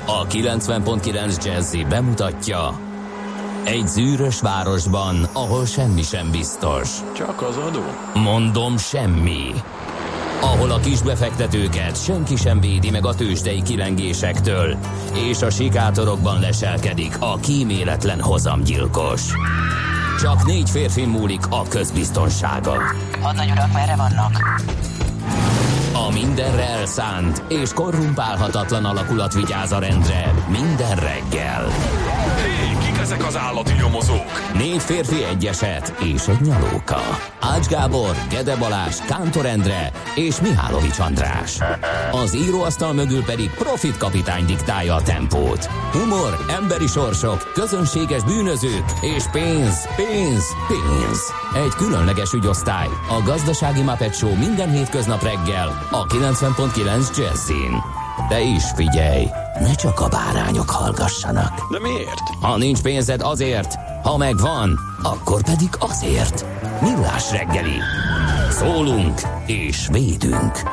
A 90.9 Jazzy bemutatja: egy zűrös városban, ahol semmi sem biztos. Csak az adó? Mondom, semmi. Ahol a kisbefektetőket senki sem védi meg a tőzsdei kilengésektől, és a sikátorokban leselkedik a kíméletlen hozamgyilkos. Csak 4 férfin múlik a közbiztonsága. Hadnagy urak, merre vannak? A mindenre elszánt és korrumpálhatatlan alakulat vigyáz a rendre minden reggel. Hé, kik ezek az állati nyomozók? 4 férfi, egy eset és egy nyalóka. Ács Gábor, Gede Balázs, Kántor Endre és Mihálovics András. Az íróasztal mögül pedig Profit kapitány diktálja a tempót. Humor, emberi sorsok, közönséges bűnözők és pénz, pénz, pénz. Egy különleges ügyosztály, a Gazdasági Muppet Show minden hétköznap reggel a 90.9 Jazzin. De is figyelj, ne csak a bárányok hallgassanak. De miért? Ha nincs pénzed, azért, ha megvan, akkor pedig azért. Millás reggeli. Szólunk és védünk.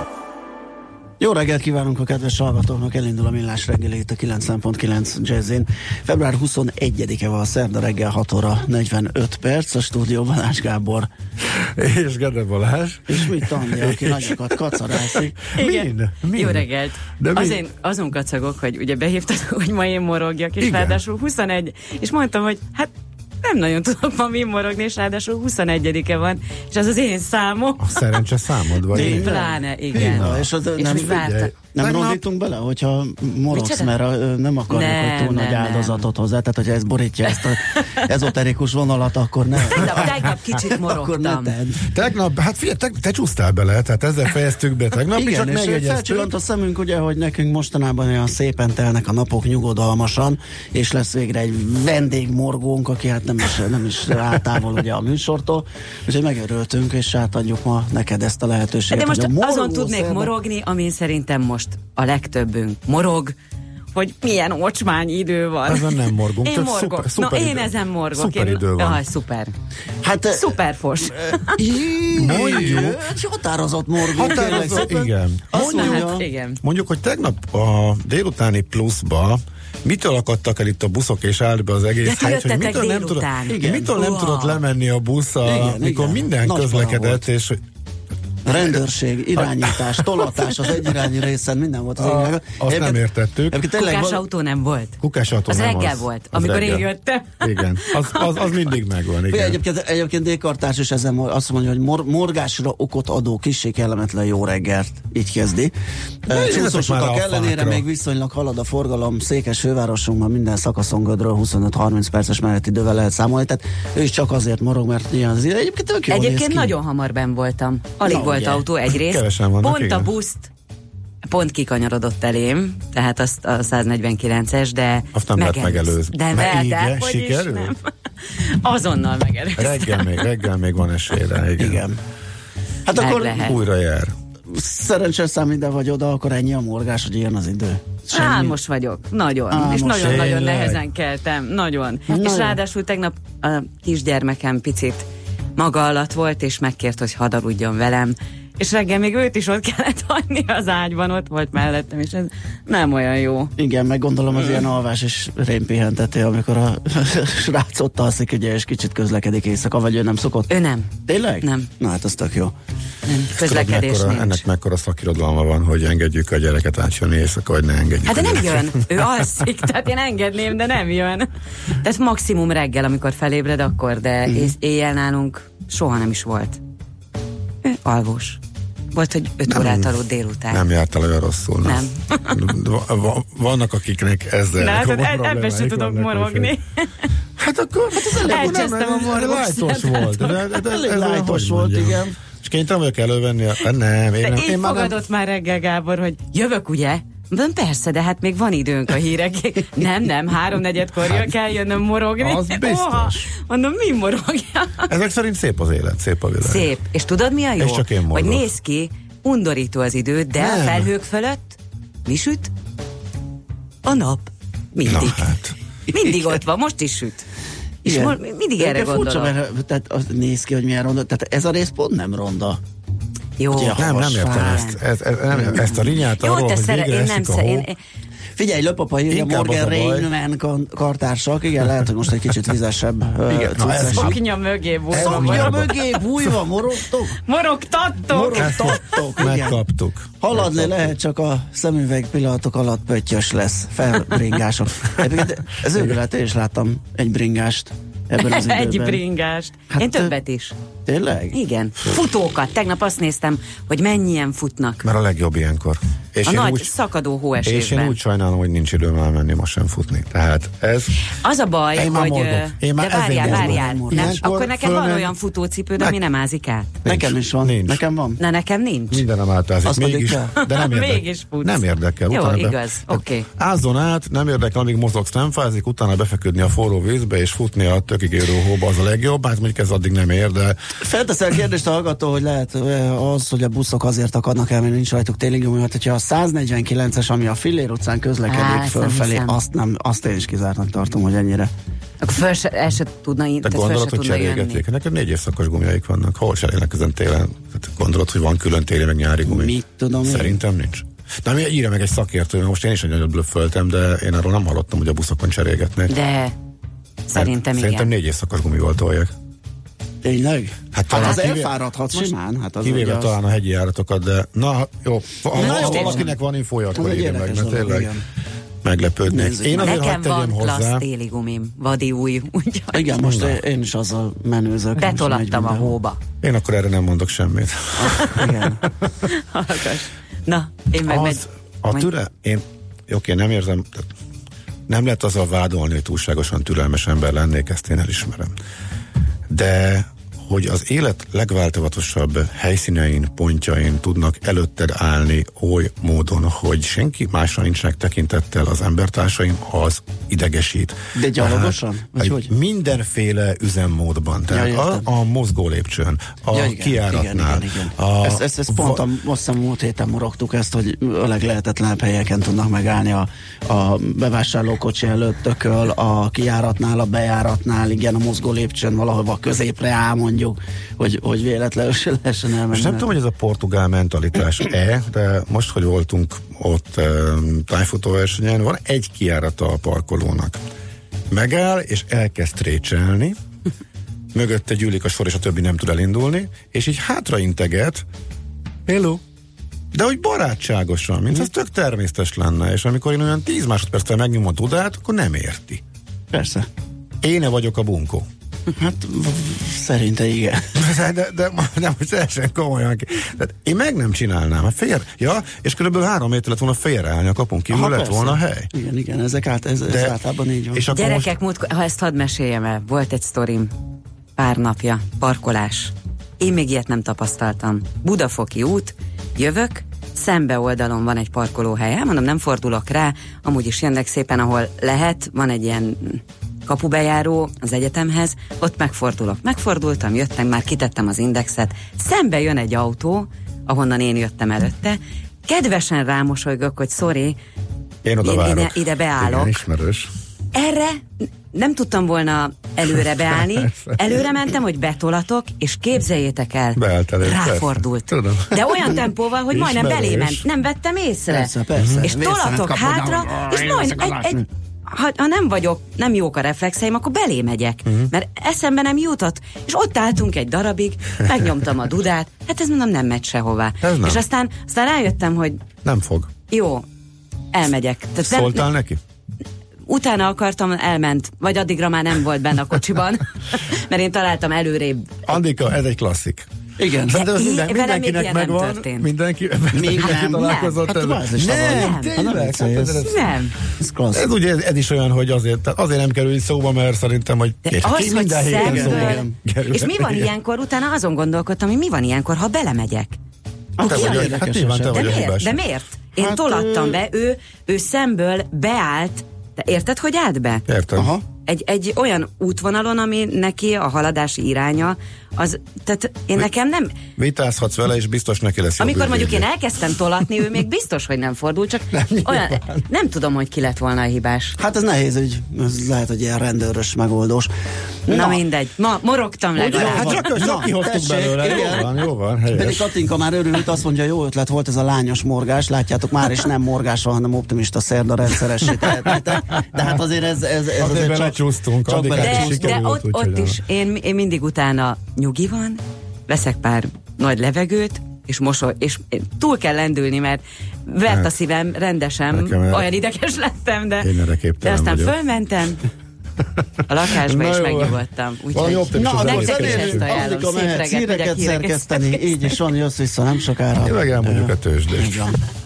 Jó reggelt kívánunk a kedves hallgatóknak, elindul a Millás reggeli itt a 90.9 Jazzin. Február 21-e van, szerda reggel 6 óra 45 perc, a stúdióban Ács Gábor. És Gede Balázs. És mit Andi, aki nagyokat kacarászik. Igen. Min? Jó reggelt. Azért azon kacagok, hogy ugye behívtad, hogy ma én morogjak, és ráadásul 21, és mondtam, hogy hát nem nagyon tudok ma min morogni, és ráadásul 21-e van, és az én számom. A szerencse számod vagy. Én pláne, igen. Na, és nem rondítunk bele, hogyha morogsz, mert nem akarjuk, hogy túl nagy áldozatot hozzá, tehát hogyha ez borítja ezt az ezoterikus vonalat, akkor ne. Tegnap kicsit morogtam. Tegnap, hát figyelj, te csúsztál bele, tehát ezzel fejeztük be tegnap. Igen, és felcsillant a szemünk, ugye, hogy nekünk mostanában olyan szépen telnek a napok nyugodalmasan, és lesz végre egy vendégmorgónk, aki hát nem is rátávol ugye a műsortól, úgyhogy megörültünk, és átadjuk ma neked ezt a lehetőséget. De most azon tudnék morogni, amin szerintem most a legtöbbünk morog, hogy milyen ocsmány idő van. Ezen nem morgunk. Én morgok. Szuper én ezen morgok. Szuper idő van. Jaj, szuper. Hát, szuper fos. Mondjuk. Határozott morgunk. Igen. Mondjuk, hogy tegnap a délutáni pluszba mitől akadtak el itt a buszok, és állt be az egész helyet, hogy mitől nem tudott lemenni a busz, mikor minden közlekedett, és rendőrség, irányítás, tolatás az egyirányi részen, minden volt az égvilágon. Azt nem értettük. Kukásautó nem volt. Kukásautó az nem reggel volt, amikor én jöttem. Igen, az mindig megvan. Igen. Egyébként Dékartárs is ezen azt mondja, hogy morgásra okot adó kissé kellemetlen jó reggelt. Így kezdi. Csúszós utak ellenére még viszonylag halad a forgalom. Székes fővárosunkban minden szakaszon Gödről 25-30 perces meneti idővel lehet számolni. Tehát ő is csak azért morog, mert ilyen az idő. Egyébként nagyon hamar benn voltam. Alig volt autó egyrészt. Pont a buszt pont kikanyarodott elém, tehát azt a 149-es, de azt nem lehet megelőzni. De sikerül? Nem. Azonnal megelőztem. Reggel még van esélyre. Igen. Hát akkor lehet. Újra jár. Szerencsés szám ide vagy oda, akkor ennyi a morgás, hogy ilyen az idő. Álmos vagyok, nagyon. És nagyon-nagyon nehezen keltem, nagyon. És ráadásul tegnap a kisgyermekem picit maga alatt volt, és megkért, hogy hadd aludjon velem. És reggel még őt is ott kellett hagyni az ágyban, ott volt mellettem, és ez nem olyan jó. Igen, meg gondolom az ilyen alvás és rémpihentető, amikor a srác ott alszik, ugye, és kicsit közlekedik éjszaka, vagy ő nem szokott? Ő nem. Tényleg? Nem. Na hát az tök jó. Nem, közlekedés nincs. Ennek mekkora szakirodalma van, hogy engedjük a gyereket átjönni éjszaka, vagy ne engedjük. Hát de nem jön, ő alszik, tehát én engedném, de nem jön. Tehát maximum reggel, amikor felébred, akkor, de éjjel nálunk soha nem is volt. Ő alvós. Volt, hogy 5 órát aludt délután. Nem jártál olyan rosszul. Nem. Vannak, akiknek ezzel ebben sem tudok morogni. Hát akkor elcsesztem a morgost. Lájtos volt. Elég lájtos volt, igen. És kénytelen vagyok elővenni nem. Én fogadott már reggel, Gábor, hogy jövök, ugye? De persze, de hát még van időnk a hírekig. Nem, 3-4-kor kell jönnöm morogni. Az biztos. Mondom, mi morogja? Ezek szerint szép az élet, szép a világ. Szép. És tudod mi a jó? És csak én morgok. Hogy néz ki, undorító az idő, de a felhők fölött mi süt? A nap. Mindig. Na, hát. Mindig ott van, most is süt. És mindig erre gondolok. Furcsa, mert tehát az néz ki, hogy milyen ronda. Tehát ez a rész pont nem ronda. Jó. Nem értem ezt a rinyát arról, hogy végre esik a hó. Figyelj, Löpapa írja, Morgan Rainman kartársak, igen, lehet, hogy most egy kicsit vizesebb. Szoknya mögé bújva. Szoknya mögé bújva, morogtok? Morogtattok. Megkaptuk. Haladni lehet, csak a szemüveg pillanatok alatt pöttyös lesz, felbringások. Ez őrület, én is láttam egy bringást ebben az időben. Egy bringást. Hát én többet is. Tényleg? Igen. Futókat. Tegnap azt néztem, hogy mennyien futnak. Mert a legjobb ilyenkor. És a nagy szakadó hóesésben. És én úgy sajnálom, hogy nincs időm elmenni most sem futni. Tehát ez... Az a baj, hogy... De várjál. Akkor neked van olyan futócipőd, ami nem ázik át. Nekem is van. Nincs. Nekem van. Na, nekem nincs. Minden nem átázik. Mégis, de nem érdekel. Mégis futsz. Nem érdekel. Jó, igaz. Oké. Ázzon át, nem érdekel, amíg mozogsz, nem fázik, utána befeküdni a forró vízbe, és futni a tökig érő hóba, az a legjobb. Hát mondjuk ez addig nem ér, de... Felteszel kérdést a hallgató, hogy lehet az, hogy a buszok azért akadnak el, mert nincs rajtuk télig nyomó, hát hogyha a 149-es, ami a Fillér utcán közlekedik fölfelé, azt én is kizártnak tartom, hogy ennyire. Akkor el se tudna jönni. Te gondolod, hogy cserélgetik? Neked 4 évszakos gumiaik vannak. Hol cserélnek ezen télen? Gondolod, hogy van külön téli meg nyári gumi? Mit tudom én? Szerintem nincs. Na, írja meg egy szakértő, most én is egy nagyot blöfföltem, de én arról nem hallottam, hogy a buszokon cserélgetnek. De szerintem igen. Szerintem 4 évszakos gumival tolják. Tényleg? Hát az elfáradhat simán. Hát az kivéve talán a hegyi járatokat, de na jó, ha valakinek van infója, akkor írja meg, mert tényleg meglepődnék. Én azért nekem van klassz téli gumim, vadi új, úgyhogy. Igen, most én is azzal menőzök. Betolattam a hóba. Én akkor erre nem mondok semmit. Igen. Hallgass. Na, én meg én nem érzem, nem lehet azzal vádolni, hogy túlságosan türelmes ember lennék, ezt én elismerem. De hogy az élet legváltozatosabb helyszínein, pontjain tudnak előtted állni oly módon, hogy senki másra nincsenek tekintettel az embertársaim, az idegesít. De gyalogosan? Hogy? Mindenféle üzemmódban. Tehát a mozgó lépcsőn, kijáratnál. Igen. Ezt pont azt hiszem múlt héten morogtuk ezt, hogy a leglehetetlenebb helyeken tudnak megállni a bevásárlókocsi előtt, tököl, a kijáratnál, a bejáratnál, igen, a mozgó lépcsőn valahol középre áll, mondjuk, hogy véletlenül se lehessen elmenni. És nem tudom, hogy ez a portugál mentalitás-e, de most, hogy voltunk ott tájfutóversenyen, van egy kijárata a parkolónak. Megáll, és elkezd trécselni, mögötte gyűlik a sor, és a többi nem tud elindulni, és így hátrainteget, hello, de hogy barátságosan, mint ez tök természetes lenne, és amikor én olyan 10 másodperccel megnyomom a dudát, akkor nem érti. Persze. Én vagyok a bunkó. Hát szerinte igen. De most teljesen komolyan. Én meg nem csinálnám. És körülbelül 3 méter lett volna félreállni a kapun kívül, lett volna a hely. Igen, ez általában így van. És gyerekek, ha ezt hadd meséljem el, volt egy sztorim pár napja, parkolás. Én még ilyet nem tapasztaltam. Budafoki út, jövök, szembe oldalon van egy parkolóhely. Elmondom, nem fordulok rá, amúgy is jönnek szépen, ahol lehet, van egy ilyen kapubejáró az egyetemhez, ott megfordultam, jöttem, már kitettem az indexet, szembe jön egy autó, ahonnan én jöttem előtte, kedvesen rámosolygok, hogy sorry, én ide beállok. Igen, ismerős. Erre nem tudtam volna előre beállni, előre mentem, hogy betolatok, és képzeljétek el, ráfordult. De olyan tempóval, hogy majdnem belément, nem vettem észre. Persze. És tolatok hátra, és majdnem ha nem jók a reflexeim, akkor belé megyek, mert eszembe nem jutott, és ott álltunk egy darabig, megnyomtam a dudát, hát ez mondom, nem megy sehová. És aztán rájöttem, hogy nem fog. Jó, elmegyek. Szóltál neki? Utána akartam, elment, vagy addigra már nem volt benne a kocsiban, mert én találtam előrébb. Andika, ez egy klasszik. Igen. De mindenkinek megvan, mindenki találkozott. Nem. Ez ugye ez is olyan, hogy azért nem kerül szóba, mert szerintem, hogy minden héten szóba kerül. És mi van ilyenkor? Utána azon gondolkodtam, hogy mi van ilyenkor, ha belemegyek. De miért? Én tolattam be, ő szemből beállt. De érted, hogy állt be? Értem. Egy olyan útvonalon, ami neki a haladási iránya tehát én nekem nem... Vitázhatsz vele, és biztos neki lesz jobb. Amikor mondjuk én elkezdtem tolatni, ő még biztos, hogy nem fordul, csak nem tudom, hogy ki lett volna a hibás. Hát ez nehéz ügy, ez lehet, hogy ilyen rendőrös megoldós. Na mindegy, morogtam legalább. Hát csak kihoztuk belőle, jó van, helyes. Pedig Katinka már örült, azt mondja, jó ötlet volt ez a lányos morgás, látjátok már, és nem morgásra, hanem optimista szerda rendszeressé tehetnétek. De hát azért ez azért belecsúsztunk. De ott is, én mindig utána nyugi van, veszek pár nagy levegőt, és túl kell lendülni, mert vert a szívem rendesen, olyan ideges lettem, de aztán fölmentem a lakásba, és megnyugodtam. Úgyhogy nektek is ezt ajánlom. Szép reggelt, híreket szerkeszteni, így is van, jössz vissza nem sokára. Én meg elmondjuk a tőzsdést.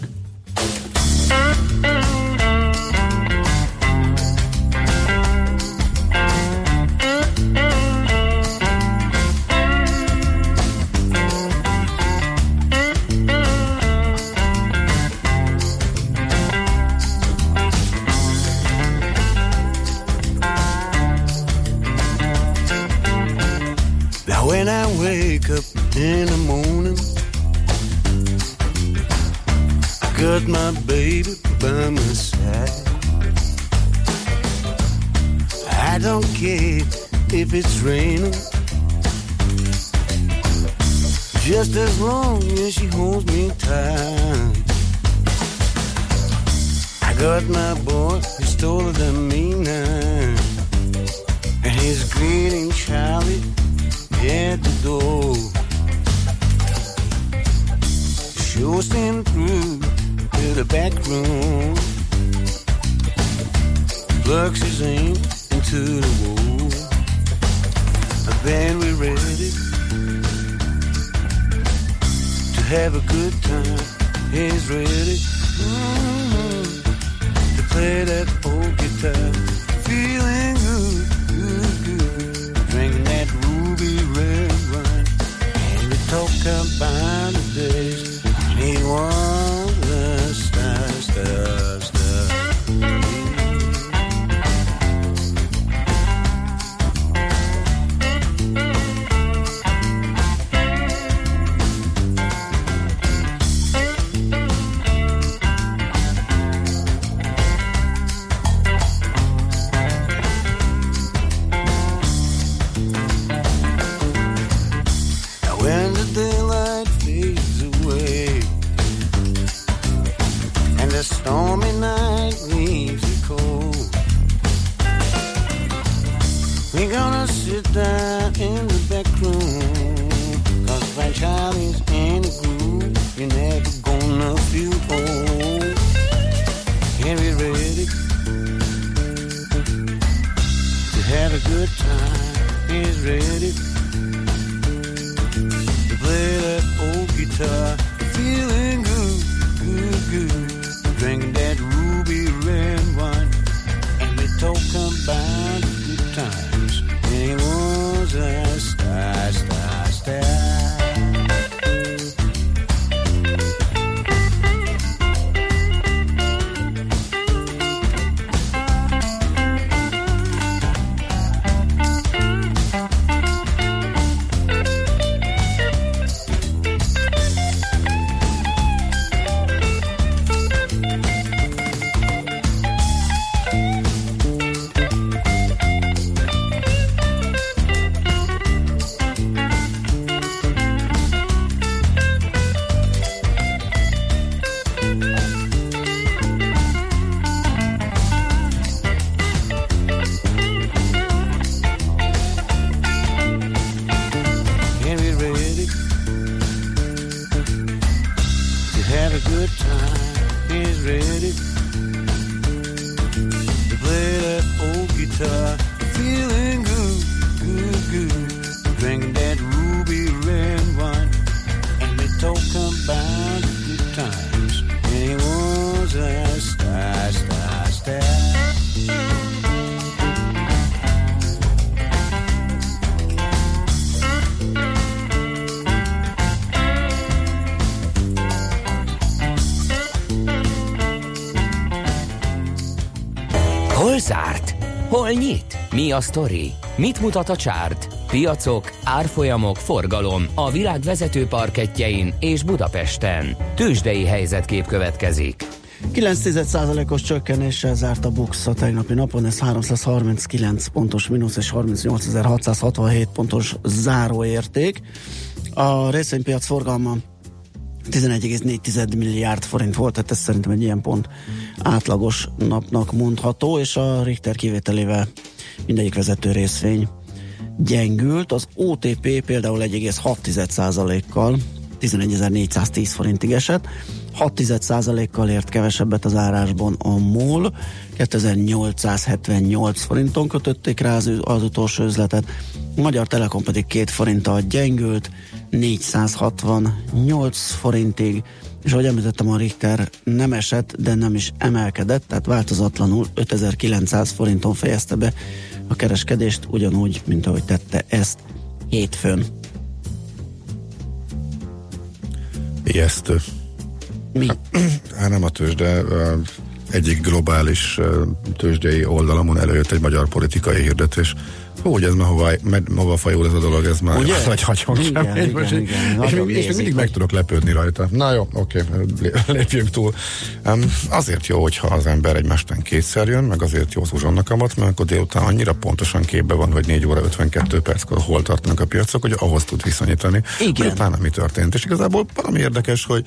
When I wake up in the morning, I got my baby by my side. I don't care if it's raining, just as long as she holds me tight. I got my boy, he's taller than me now, and he's greeting Charlie at the door. Sure stand through to the back room, plugs his aim into the wall. I bet we're ready to have a good time. He's ready to play that old guitar, feeling good, good, good, drinking that ruby red wine, and we talk about the days when he was a star, star, star. Stormy night leaves you cold. We're gonna sit down in the back room, 'cause when Charlie's in the groove, you're never gonna feel old. And we're ready to have a good time. He's ready to play that old guitar, feeling good, good, good, drinking that ruby red wine, and we talk about the good times when he was a star, star, star. Hol zárt? Hol nyit? Mi a sztori? Mit mutat a csárt? piacok, árfolyamok, forgalom a világ vezető parkettjein és Budapesten. Tőzsdei helyzetkép következik. 9%-os csökkenéssel zárt a BUX a tegnapi napon, ez 339 pontos mínusz és 38.667 pontos záróérték. A részvénypiac forgalma 11,4 milliárd forint volt, tehát ez szerintem egy ilyen pont átlagos napnak mondható, és a Richter kivételével mindegyik vezető részvény gyengült. Az OTP például 1,6%-kal 11.410 forintig esett, 6%-kal ért kevesebbet az árásban a MOL, 2878 forinton kötötték rá az utolsó üzletet, a Magyar Telekom pedig 2 forinttal gyengült, 468 forintig, és ahogy említettem, a Richter nem esett, de nem is emelkedett, tehát változatlanul 5900 forinton fejezte be a kereskedést, ugyanúgy, mint ahogy tette ezt hétfőn. Ijesztő. Mi? Hát nem a tőzsde, egyik globális tőzsdei oldalamon előjött egy magyar politikai hirdetés. Hogy ez már hova fajul ez a dolog, ez már vagy hagyom sem. És még mindig meg tudok lepődni rajta. Na jó, oké, lépjünk túl. Azért jó, hogyha az ember egymástán kétszer jön, meg azért jó az uzsonnakamat, mert akkor délután annyira pontosan képbe van, hogy 4 óra 52 perckor hol tartanak a piacok, hogy ahhoz tud viszonyítani. Igen. Utána mi történt. És igazából valami érdekes, hogy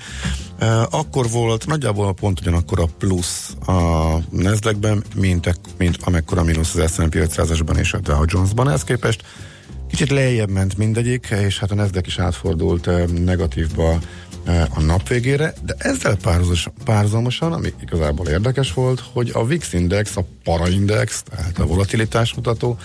akkor volt nagyjából pont ugyanakkor a plusz a Nasdaqben, mint amekkora mínusz az S&P 500-asban és a Dow Jonesban. Ehhez képest kicsit lejjebb ment mindegyik, és hát a Nasdaq is átfordult negatívba a nap végére, de ezzel párhuzamosan, ami igazából érdekes volt, hogy a VIX index, a paraindex, tehát a volatilitás mutató,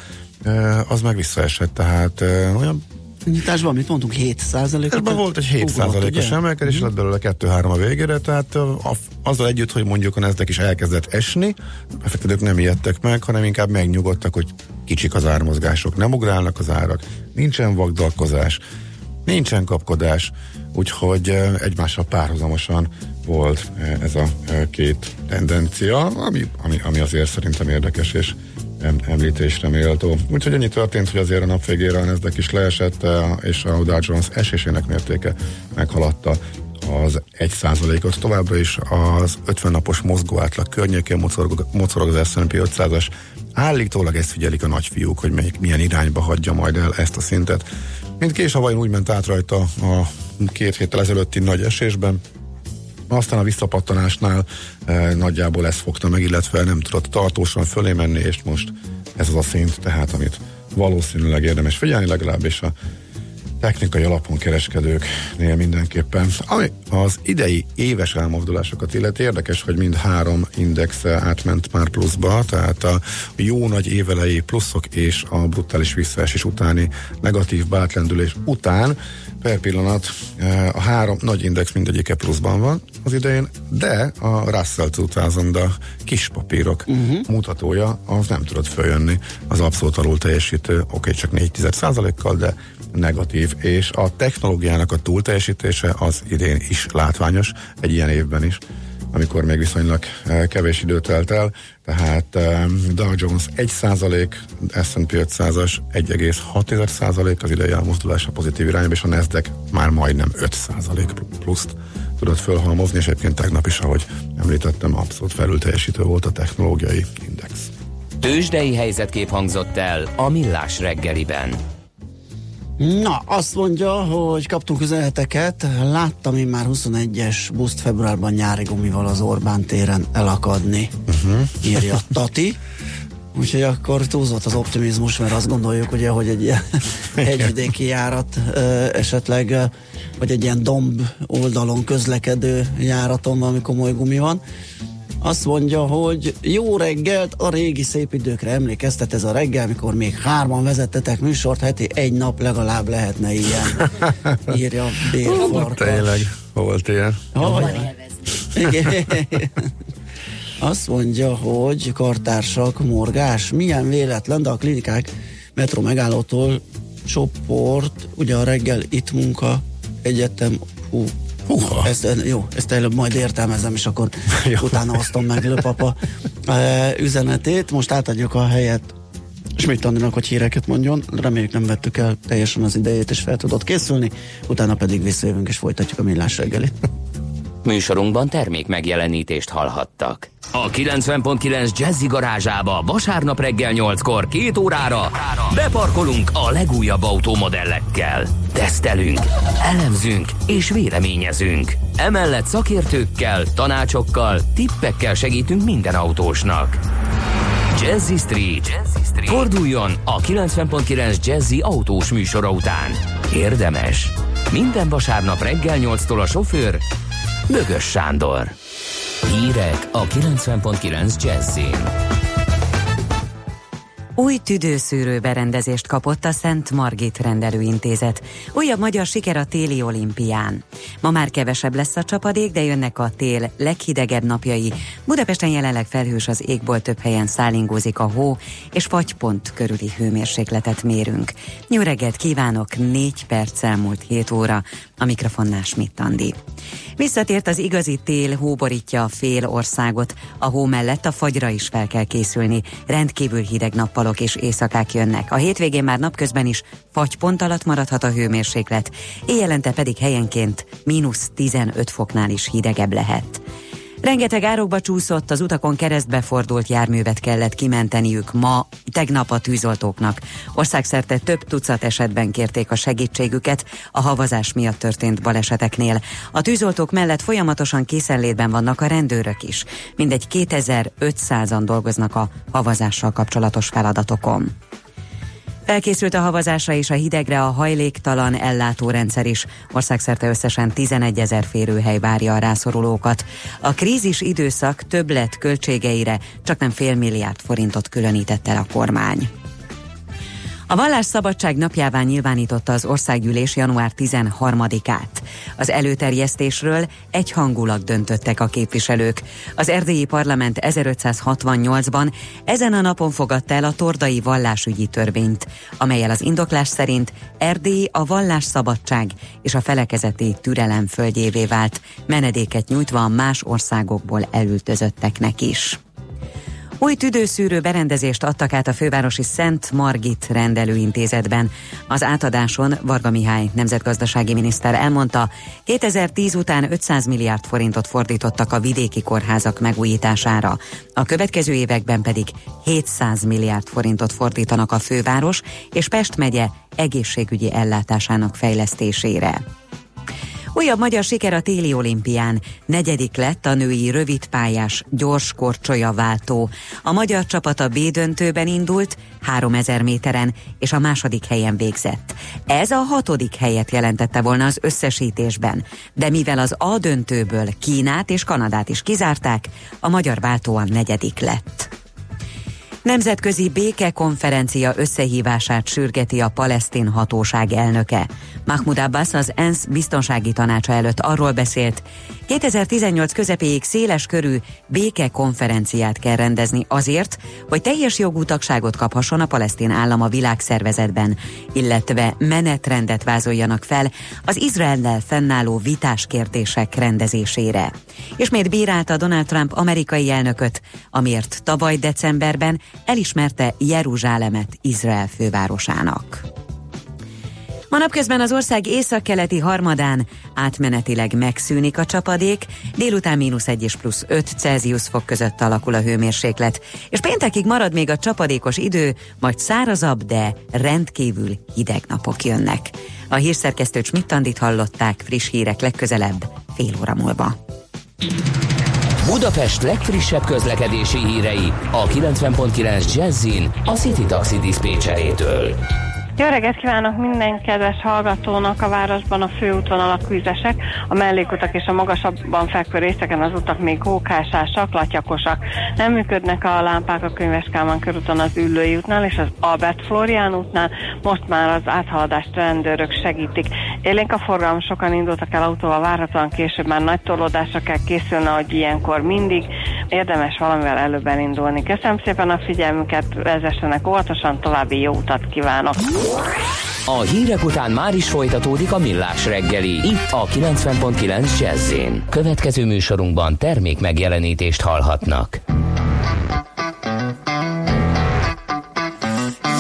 az meg visszaesett, tehát olyan nyitásban, mit mondtunk, 7%-ot? Ebben volt egy 7%-os emelkedés, lett belőle 2-3 a végére, tehát azzal együtt, hogy mondjuk a Nasdaq is elkezdett esni, a befektetők nem ijedtek meg, hanem inkább megnyugodtak, hogy kicsik az ármozgások, nem ugrálnak az árak, nincsen vagdalkozás, nincsen kapkodás, úgyhogy egymással párhuzamosan volt ez a két tendencia, ami azért szerintem érdekes, és említésre méltó. Úgyhogy annyi történt, hogy azért a nap végére a Nasdaq is leesett, és a Dow Jones esésének mértéke meghaladta az 1%-ot. Továbbra is az 50 napos mozgó átlag környékén mocorog az S&P 500-as. Állítólag ezt figyelik a nagyfiúk, hogy milyen irányba hagyja majd el ezt a szintet. Mint késavajon úgy ment át rajta a 2 héttel ezelőtti nagy esésben, aztán a visszapattanásnál nagyjából ezt fogta meg, illetve nem tudott tartósan fölé menni, és most ez az a szint, tehát valószínűleg érdemes figyelni, legalábbis a technikai alapon kereskedőknél mindenképpen. Ami az idei éves elmozdulásokat illeti, érdekes, hogy mind 3 index átment már pluszba, tehát a jó nagy évelei pluszok és a brutális visszaesés utáni negatív bátlendülés után per pillanat a 3 nagy index mindegyike pluszban van az idején, de a Russell 2000, a kis papírok mutatója, az nem tudott följönni az abszolút alul teljesítő, csak 4%-kal, de negatív, és a technológiának a túlteljesítése az idén is látványos, egy ilyen évben is, amikor még viszonylag kevés idő telt el, tehát Dow Jones 1%, S&P 500-as 1,6% az idei elmozdulás a pozitív irányba, és a Nasdaq már majdnem 5% pluszt tudott fölhalmozni, és egyébként tegnap is, ahogy említettem, abszolút felülteljesítő volt a technológiai index. Tőzsdei helyzetkép hangzott el a Millás reggeliben. Na, azt mondja, hogy kaptunk üzeneteket, láttam én már 21-es buszt februárban nyári gumival az Orbán téren elakadni, írja Tati. Úgyhogy akkor túlzott az optimizmus, mert azt gondoljuk, ugye, hogy egy ilyen hegyvidéki járat esetleg, vagy egy ilyen domb oldalon közlekedő járaton valami komoly gumi van. Azt mondja, hogy jó reggelt, a régi szép időkre emlékeztet ez a reggel, mikor még 3 vezettetek műsort, heti 1 nap legalább lehetne ilyen, írja Bélfarkas. Tényleg, volt ilyen. Azt mondja, hogy kartársak, morgás, milyen véletlen, de a klinikák metró megállótól csoport, ugye a reggel itt munka, egyetem, ezt előbb majd értelmezem, és akkor utána osztom meg Lőpapa üzenetét. Most átadjuk a helyet Schmidt Andinak, hogy híreket mondjon. Reméljük nem vettük el teljesen az idejét, és fel tudott készülni. Utána pedig visszajövünk, és folytatjuk a Millás reggelit. Műsorunkban termék megjelenítést hallhattak. A 90.9 Jazzy garázsába vasárnap reggel 8-kor 2 órára beparkolunk a legújabb autómodellekkel. Tesztelünk, elemzünk és véleményezünk. Emellett szakértőkkel, tanácsokkal, tippekkel segítünk minden autósnak. Jazzy Street. Forduljon a 90.9 Jazzy autós műsora után. Érdemes. Minden vasárnap reggel 8-tól a sofőr Bögös Sándor. Hírek a 90.9 Jazzyn. Új tüdőszűrő berendezést kapott a Szent Margit rendelőintézet. Újabb magyar siker a téli olimpián. Ma már kevesebb lesz a csapadék, de jönnek a tél leghidegebb napjai. Budapesten jelenleg felhős az égbolt, több helyen szállingózik a hó, és fagypont körüli hőmérsékletet mérünk. Jó reggelt kívánok, 4 perc elmúlt 7 óra, a mikrofonnál Schmidt Andi. Visszatért az igazi tél, hó borítja a fél országot. A hó mellett a fagyra is fel kell készülni. Rendkívül hideg nappalok és éjszakák jönnek. A hétvégén már napközben is fagypont alatt maradhat a hőmérséklet, éjjelente pedig helyenként -15 foknál is hidegebb lehet. Rengeteg árokba csúszott, az utakon keresztbefordult járművet kellett kimenteniük tegnap a tűzoltóknak. Országszerte több tucat esetben kérték a segítségüket a havazás miatt történt baleseteknél. A tűzoltók mellett folyamatosan készenlétben vannak a rendőrök is. Mindegy 2500-an dolgoznak a havazással kapcsolatos feladatokon. Felkészült a havazásra és a hidegre a hajléktalan ellátórendszer is. Országszerte összesen 11 000 férőhely várja a rászorulókat. A krízis időszak többlet költségeire csaknem $500 milliárd különített el a kormány. A vallásszabadság napjává nyilvánította az országgyűlés január 13-át. Az előterjesztésről egyhangulag döntöttek a képviselők. Az erdélyi parlament 1568-ban ezen a napon fogadta el a tordai vallásügyi törvényt, amellyel az indoklás szerint Erdély a vallásszabadság és a felekezeti türelem földjévé vált, menedéket nyújtva a más országokból elültözötteknek is. Új tüdőszűrő berendezést adtak át a fővárosi Szent Margit rendelőintézetben. Az átadáson Varga Mihály nemzetgazdasági miniszter elmondta, 2010 után 500 milliárd forintot fordítottak a vidéki kórházak megújítására. A következő években pedig 700 milliárd forintot fordítanak a főváros és Pest megye egészségügyi ellátásának fejlesztésére. Újabb magyar siker a téli olimpián. 4. lett a női rövidpályás gyorskorcsolyaváltó. A magyar csapat a B döntőben indult, 3000 méteren, és a 2. helyen végzett. Ez a 6. helyet jelentette volna az összesítésben, de mivel az A döntőből Kínát és Kanadát is kizárták, a magyar váltó a 4. lett. Nemzetközi békekonferencia összehívását sürgeti a palesztin hatóság elnöke. Mahmoud Abbas az ENSZ biztonsági tanácsa előtt arról beszélt, 2018 közepéig széles körű békekonferenciát kell rendezni azért, hogy teljes jogú tagságot kaphasson a palesztin állam a világszervezetben, illetve menetrendet vázoljanak fel az Izraellel fennálló vitás kérdések rendezésére. Ismét bírálta Donald Trump amerikai elnököt, amiért tavaly decemberben elismerte Jeruzsálemet Izrael fővárosának. Ma napközben az ország északkeleti harmadán átmenetileg megszűnik a csapadék, délután -1 és +5 Celsius fok között alakul a hőmérséklet, és péntekig marad még a csapadékos idő, majd szárazabb, de rendkívül hideg napok jönnek. A hírszerkesztőt Schmidt Andit hallották, friss hírek legközelebb, fél óra múlva. Budapest legfrissebb közlekedési hírei a 90.9 Jazzyn a City Taxi diszpécserétől. Jó reggelt kívánok minden kedves hallgatónak! A városban a főútvonalak vizesek, a mellékutak és a magasabban fekvő részeken az utak még hókásásak, latyakosak. Nem működnek a lámpák a Könyves Kálmán körúton az Üllői útnál és az Albert Flórián útnál, most már az áthaladást rendőrök segítik. Élénk a forgalom, sokan indultak el autóval, várhatóan később már nagy torlódásra kell készülni, ahogy ilyenkor mindig. Érdemes valamivel előbb elindulni. Köszönöm szépen a figyelmüket, vezessenek óvatosan, további jó utat kívánok! A hírek után már is folytatódik a Millás reggeli, itt a 90.9 Jazzyn. Következő műsorunkban termék megjelenítést hallhatnak.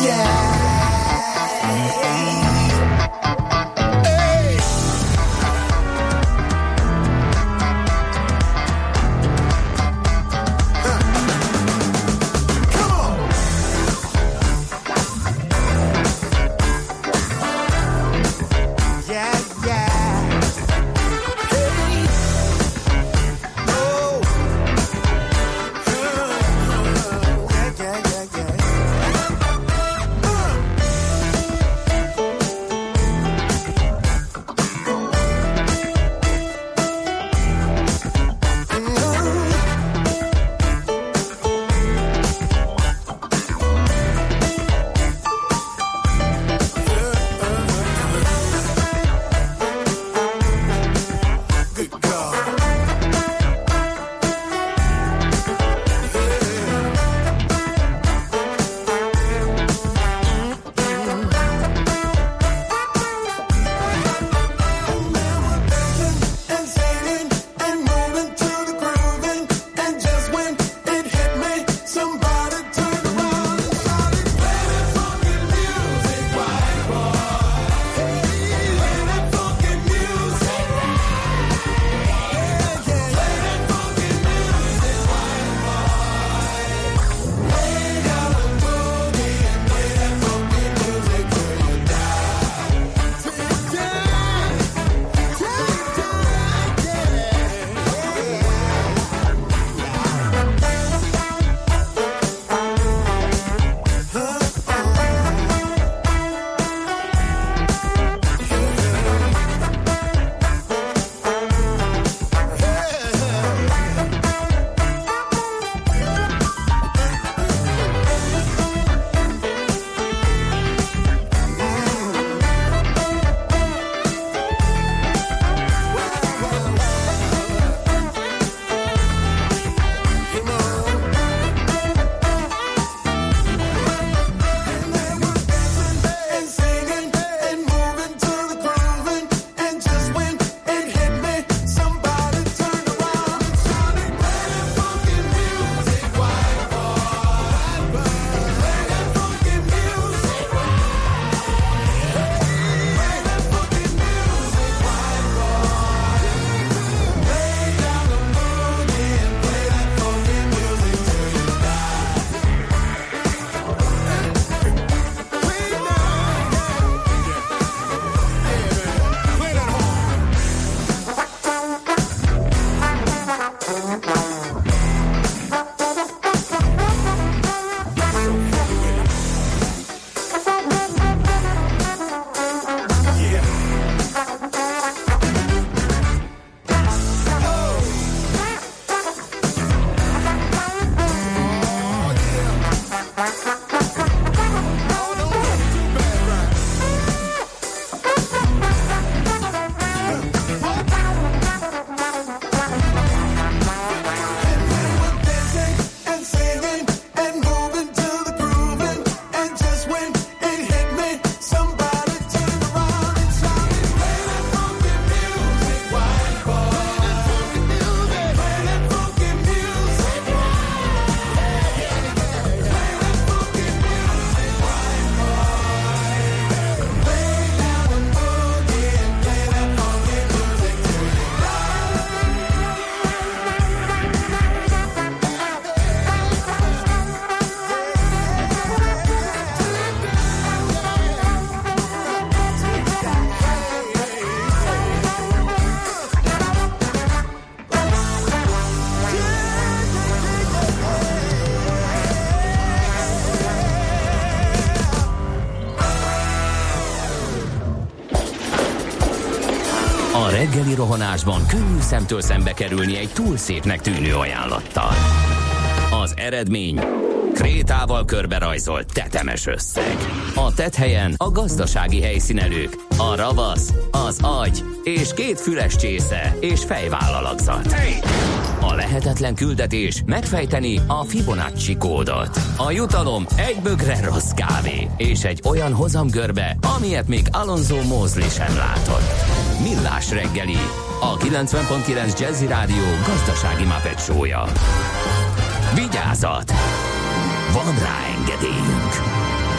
reggeli rohanásban könnyű szemtől szembe kerülni egy túl szépnek tűnő ajánlattal. Az eredmény krétával körberajzolt tetemes összeg. A tetthelyen a gazdasági helyszínelők, a ravasz, az agy és 2 füles csésze és fejvállalakzat. A lehetetlen küldetés megfejteni a Fibonacci kódot. A jutalom egy bögre rossz kávé és egy olyan hozamgörbe, amilyet még Alonso Mosley sem látott. Millás reggeli, a 90.9 Jazzy Rádió gazdasági Muppet show-ja. Vigyázat! Van rá engedélyünk!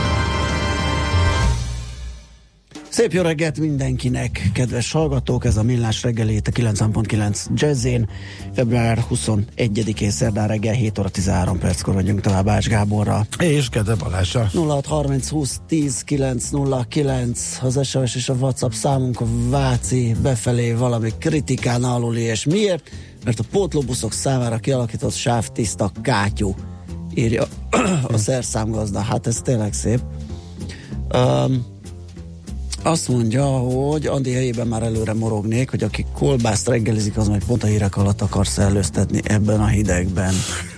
Szép jó reggelt mindenkinek, kedves hallgatók! Ez a Millás reggeli itt a 90.9 Jazzén. Február 21-én szerdán reggel 7 óra 13 perckor vagyunk tovább Ács Gáborral. És Gede Balázsa. 0630 20 10 909 az SMS és a WhatsApp számunk, a Váci befelé valami kritikán aluli, és miért? Mert a pótlóbuszok számára kialakított sávtiszta kátyú, írja a szerszámgazda. Hát ez tényleg szép. Azt mondja, hogy Andi helyében már előre morognék, hogy aki kolbászt reggelizik, az majd pont a hírek alatt akar szellőztetni ebben a hidegben.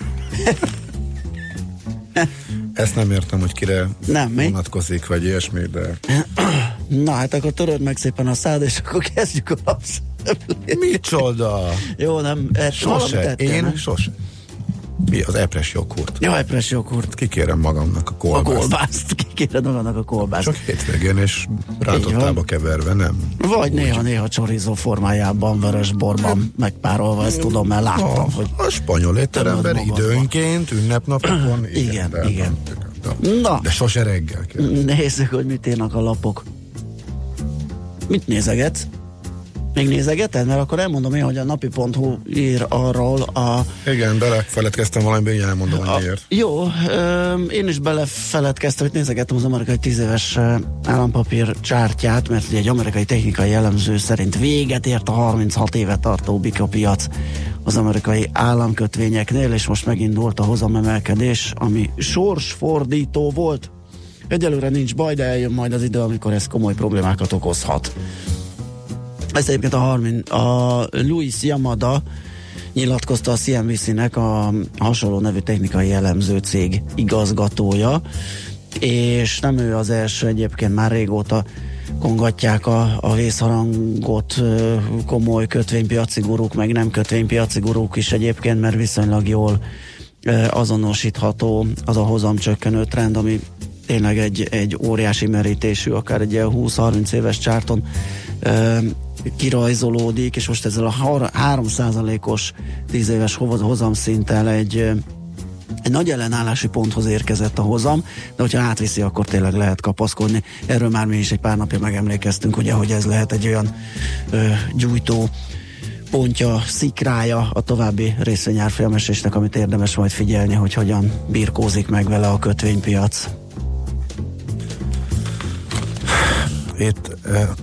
Ezt nem értem, hogy kire vonatkozik, vagy ilyesmi, de... Na hát akkor töröd meg szépen a szád, és akkor kezdjük a lapszemlét. Micsoda? Jó, nem... Sose, én sose. Mi az epres joghurt? Ja, epres joghurt. Kikérem magamnak a kolbászt. A kolbászt, kikéred magamnak a kolbászt. Csak hétvégén, és rántottába keverve, nem? Vagy néha csorizó formájában, vörösborban megpárolva, ezt tudom, mert láttam, hogy... A spanyol étteremben időnként, ünnepnapokon. Igen. Na. De sose reggel kell. Nézzük, hogy mit írnak a lapok. Mit nézegetsz? Még nézegeted? Mert akkor elmondom én, hogy a napi.hu ír arról a... Igen, belefeledkeztem valamiben, így elmondom, hogy miért. Jó, én is belefeledkeztem, hogy nézegettem az amerikai 10 éves állampapír csártyát, mert ugye egy amerikai technikai jellemző szerint véget ért a 36 éve tartó bikapiac az amerikai államkötvényeknél, és most megindult a hozamemelkedés, ami sorsfordító volt. Egyelőre nincs baj, de eljön majd az idő, amikor ez komoly problémákat okozhat. Ezt egyébként a Louis Yamada nyilatkozta a CNBC-nek, a hasonló nevű technikai jellemző cég igazgatója, és nem ő az első, egyébként már régóta kongatják a vészharangot komoly kötvénypiaci gurúk, meg nem kötvénypiaci gurúk is egyébként, mert viszonylag jól azonosítható az a hozamcsökkenő trend, ami tényleg egy óriási merítésű, akár egy 20-30 éves csárton kirajzolódik, és most ezzel a 3%-os 10 éves hozamszinttel egy nagy ellenállási ponthoz érkezett a hozam, de hogyha átviszi, akkor tényleg lehet kapaszkodni. Erről már mi is egy pár napja megemlékeztünk, ugye, hogy ez lehet egy olyan gyújtó pontja, szikrája a további részvényárfolyamesésnek, amit érdemes majd figyelni, hogy hogyan birkózik meg vele a kötvénypiac. Itt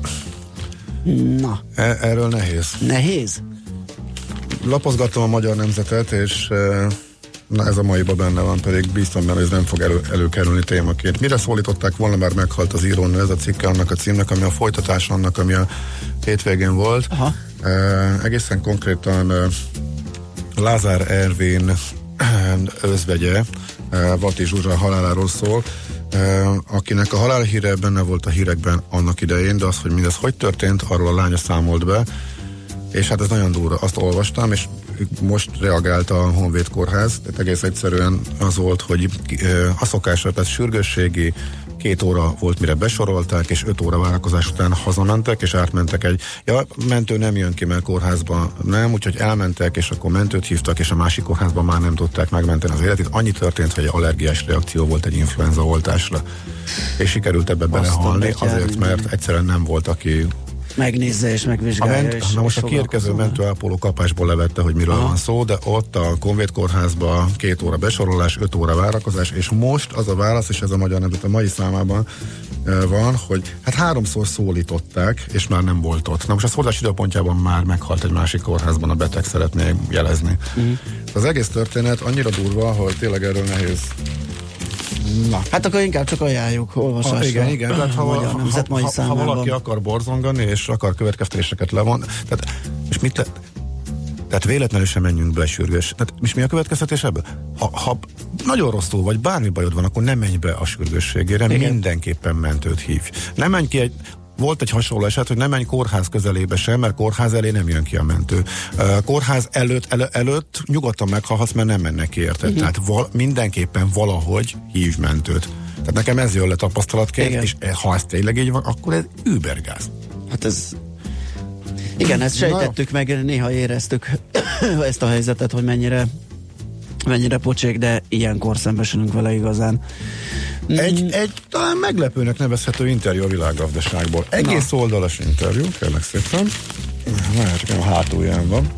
na. Erről nehéz. Nehéz? Lapozgattam a Magyar Nemzetet, és ez a maiban benne van, pedig bíztam benne, hogy ez nem fog előkerülni témaként. Mire szólították volna, már meghalt az írónő, ez a cikke annak a címnek, ami a folytatás annak, ami a hétvégén volt. Aha. Egészen konkrétan Lázár Ervin özvegye, Vati Zsuzsa haláláról szól, akinek a halálhíre benne volt a hírekben annak idején, de az, hogy mindez hogy történt, arról a lánya számolt be, és hát ez nagyon durva. Azt olvastam, és most reagált a Honvéd Kórház, tehát egész egyszerűen az volt, hogy a szokásra, tehát sürgősségi 2 óra volt, mire besorolták, és 5 óra várakozás után hazamentek, és átmentek mentő nem jön ki, mert kórházban nem, úgyhogy elmentek, és akkor mentőt hívtak, és a másik kórházban már nem tudták megmenteni az életét. Annyi történt, hogy egy allergiás reakció volt egy influenza oltásra. És sikerült ebbe belehalni, azért, mert egyszerűen nem volt, aki megnézze és megvizsgálja. Na most a kiérkező mentőápoló kapásból levette, hogy miről van szó, de ott a Honvéd Kórházban 2 óra besorolás, 5 óra várakozás, és most az a válasz, és ez a Magyar Nemzet a mai számában van, hogy hát 3-szor szólították, és már nem volt ott. Na most a szólítás időpontjában már meghalt egy másik kórházban, a beteg szeretné jelezni. Az egész történet annyira durva, hogy tényleg erről nehéz Na. Hát akkor inkább csak ajánljuk olvasásra. Igen. Tehát ha valaki akar borzongani, és akar következtetéseket levon, és mit lehet? Tehát véletlenül sem menjünk bele sürgős. És mi a következtetés ebből? Ha nagyon rosszul vagy, bármi bajod van, akkor nem menj be a sürgősségére, mindenképpen mentőt hívj. Nem menj ki volt egy hasonló eset, hogy nem menj kórház közelébe sem, mert kórház elé nem jön ki a mentő. Kórház előtt nyugodtan meghalhatsz, mert nem mennek ki, érted? Tehát mindenképpen valahogy hívj mentőt. Tehát nekem ez jön le tapasztalatként, és ha ez tényleg így van, akkor ez übergáz. Hát ez... Igen, ezt sejtettük meg, néha éreztük ezt a helyzetet, hogy mennyire pocsék, de ilyenkor szembesülünk vele igazán. Egy talán meglepőnek nevezhető interjú a világgazdaságból. Egész oldalas interjú, kérlek szépen. Csak a hátulján van.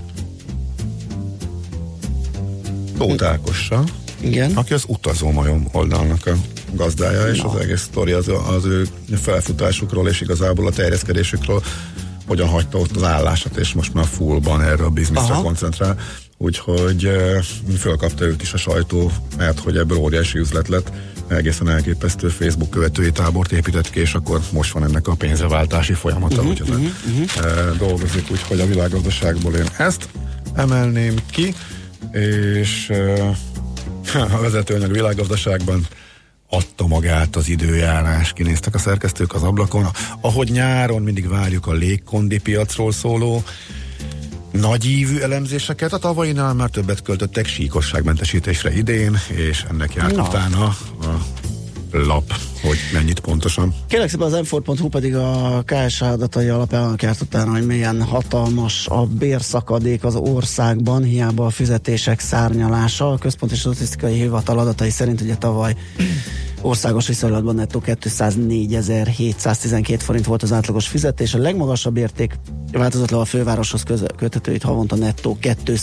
Tóth Ákossal, aki az utazómajom oldalnak a gazdája, és az egész sztori az ő felfutásukról, és igazából a terjeszkedésükről, hogyan hagyta ott az állását, és most már fullban erre a bizniszre koncentrál. Úgyhogy fölkapta őt is a sajtó, mert hogy ebből óriási üzlet lett, egészen elképesztő Facebook követői tábort épített ki, és akkor most van ennek a pénzreváltási folyamata, úgyhogy dolgozik, úgyhogy a világgazdaságból én ezt emelném ki, és a vezetőanyag világgazdaságban adta magát az időjárás, kinéztek a szerkesztők az ablakon, ahogy nyáron mindig várjuk a légkondi piacról szóló nagyívű elemzéseket, a tavainál már többet költöttek síkosságmentesítésre idén, és ennek járt utána a lap, hogy mennyit pontosan. Kérlek szépen az m4.hu pedig a KSH adatai alapján járt utána, hogy milyen hatalmas a bérszakadék az országban, hiába a fizetések szárnyalása. A Központi Statisztikai Hivatal adatai szerint ugye tavaly országos viszonylatban nettó 204.712 forint volt az átlagos fizetés. A legmagasabb érték változatlan a fővároshoz köthető, itt havonta nettó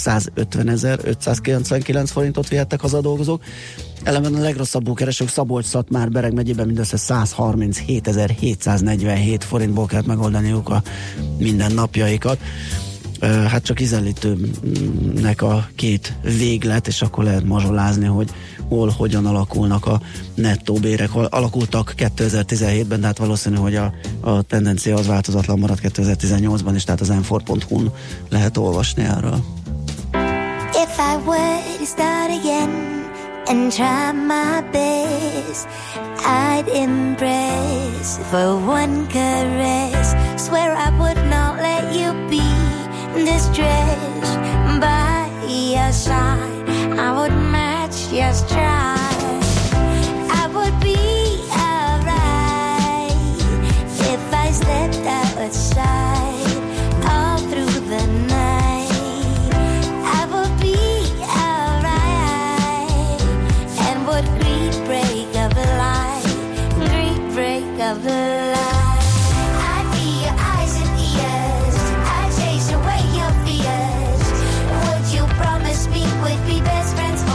250.599 forintot vihettek haza a dolgozók. Ellenben a legrosszabbul keresők Szabolcs-Szatmár Bereg megyében mindössze 137.747 forintból kellett megoldaniuk a mindennapjaikat. Hát csak ízenlítőnek a két véglet, és akkor lehet mazsolázni, hogy hogyan alakulnak a nettó bérek. Alakultak 2017-ben, de hát valószínű, hogy a tendencia az változatlan marad 2018-ban is, tehát az m4.hu-n lehet olvasni erről. If I were to start again and try my best, I'd embrace for one caress. Swear I would not let you be distressed by your side. I would match your stride. I would be alright if I stepped outside all through the night. I would be alright and would greet break of light, greet break of light. I'd be your eyes and ears, I'd chase away your fears. Would you promise me we'd be best friends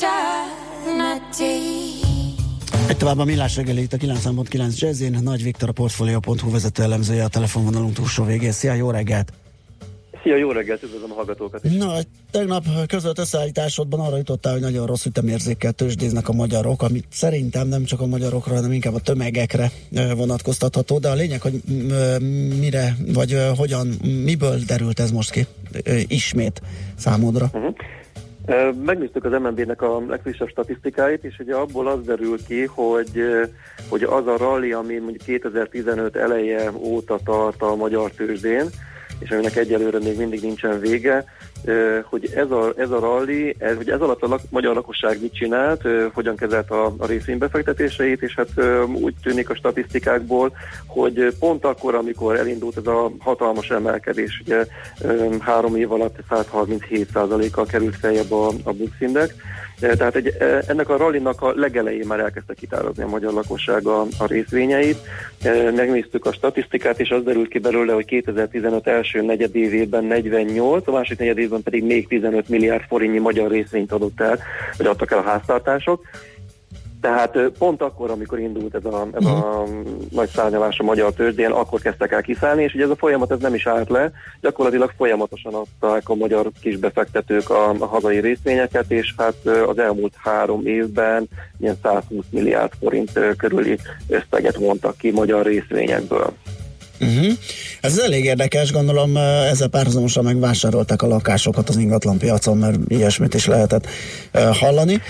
Egy tovább a Millás reggeli itt a 9.9 Jazzin, Nagy Viktor, a Portfolio.hu vezető elemzője, a telefonvonalunk túlsó végén. Szia, jó reggelt! Szia, jó reggelt, üdvözlöm a hallgatókat is. Na, tegnap közölt összeállításodban arra jutottál, hogy nagyon rossz ütemérzékkel tőzsdéznek a magyarok, amit szerintem nem csak a magyarokra, hanem inkább a tömegekre vonatkoztatható, de a lényeg, hogy mire, vagy hogyan, miből derült ez most ki ismét számodra? Megnéztük az MNB-nek a legfrissebb statisztikáit, és ugye abból az derül ki, hogy az a rally, ami mondjuk 2015 eleje óta tart a magyar tőzsdén, és aminek egyelőre még mindig nincsen vége, hogy ez a rally, hogy ez alatt a magyar lakosság mit csinált, hogyan kezelt a részvénybefektetéseit, és hát úgy tűnik a statisztikákból, hogy pont akkor, amikor elindult ez a hatalmas emelkedés, ugye 3 év alatt 137%-kal került feljebb a Bux Index, tehát ennek a rallynak a legelején már elkezdte kitározni a magyar lakosság a részvényeit. Megnéztük a statisztikát, és az derült ki belőle, hogy 2015 első negyedévében 48, a második negyedévben pedig még 15 milliárd forintnyi magyar részvényt adott el, vagy adtak el a háztartások. Tehát pont akkor, amikor indult ez a nagy szárnyalás a magyar tőzsdén, akkor kezdtek el kiszállni, és ugye ez a folyamat ez nem is állt le, gyakorlatilag folyamatosan adták a magyar kisbefektetők a hazai részvényeket, és hát az elmúlt 3 évben ilyen 120 milliárd forint körüli összeget vontak ki magyar részvényekből. Ez elég érdekes, gondolom ezzel párhuzamosan megvásárolták a lakásokat az ingatlanpiacon, mert ilyesmit is lehetett hallani.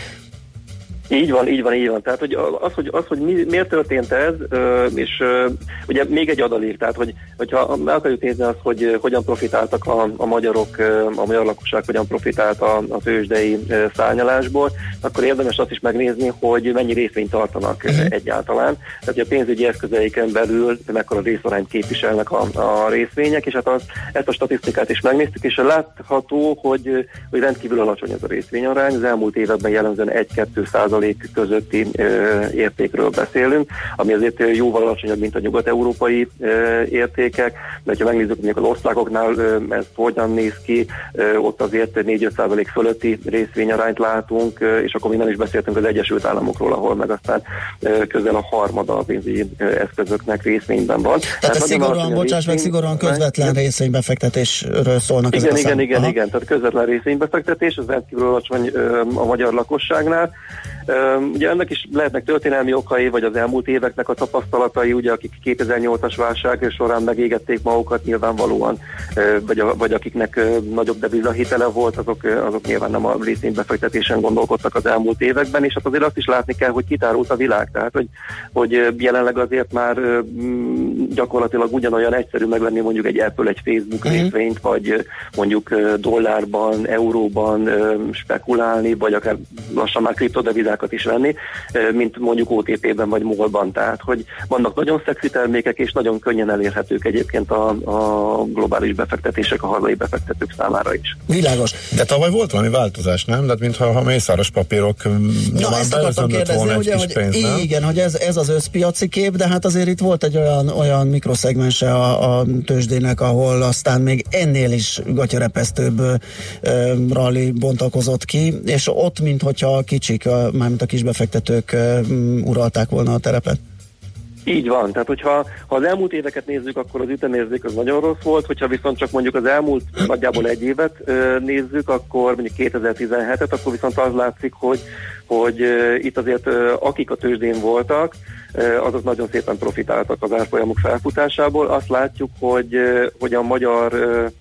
Így van. Tehát, hogy miért történt ez, és ugye még egy adalék, tehát, hogyha meg akarjuk nézni azt, hogy hogyan profitáltak a magyarok, a magyar lakosság hogyan profitált a tőzsdei szárnyalásból, akkor érdemes azt is megnézni, hogy mennyi részvényt tartanak egyáltalán. Tehát, hogy a pénzügyi eszközeiken belül mekkora részarányt képviselnek a részvények, és hát ezt a statisztikát is megnéztük, és látható, hogy rendkívül alacsony ez a részvényarány. Az elmúlt években jellemzően 1-2% közötti értékről beszélünk, ami azért jóval alacsonyabb, mint a nyugat-európai értékek, de ha megnézzük mondjuk az országoknál ez hogyan néz ki, ott azért 4-5% fölötti részvényarányt látunk, és akkor még nem is beszéltünk az Egyesült Államokról, ahol meg aztán közel a harmada a pénzügyi eszközöknek részvényben van. Tehát szigorúan közvetlen részvénybefektetésről szólnak ezek a számok. Igen, tehát közvetlen részvénybefektetés, az rendkívül alacsony a magyar lakosságnál. Ugye ennek is lehetnek történelmi okai, vagy az elmúlt éveknek a tapasztalatai, ugye akik 2008-as válság során megégették magukat nyilvánvalóan, vagy akiknek nagyobb devizahitele volt, azok nyilván nem a részvénybefektetésen gondolkodtak az elmúlt években, és hát azért azt is látni kell, hogy kitárult a világ, tehát hogy jelenleg azért már gyakorlatilag ugyanolyan egyszerű megvenni mondjuk egy Apple, egy Facebook részvényt, vagy mondjuk dollárban, euróban spekulálni, vagy akár lassan már kriptodevizákat is venni, mint mondjuk OTP-ben vagy MOL-ban. Tehát, hogy vannak nagyon szexi termékek, és nagyon könnyen elérhetők egyébként a globális befektetések a hazai befektetők számára is. Világos. De tavaly volt valami változás, nem? De mintha mészáros papírok ezt akartam kérdezni, ugye, hogy pénz, igen, hogy ez az összpiaci kép, de hát azért itt volt egy olyan mikroszegmense a tőzsdének, ahol aztán még ennél is gatyarepesztőbb rally bontakozott ki, és ott, minthogyha kicsik, mármint a kisbefektetők uralták volna a terepet. Így van, tehát hogyha az elmúlt éveket nézzük, akkor az ütemérzék az nagyon rossz volt, hogyha viszont csak mondjuk az elmúlt nagyjából egy évet nézzük, akkor mondjuk 2017-et, akkor viszont az látszik, hogy itt azért akik a tőzsdén voltak, azok nagyon szépen profitáltak az árfolyamok felfutásából. Azt látjuk, hogy a magyar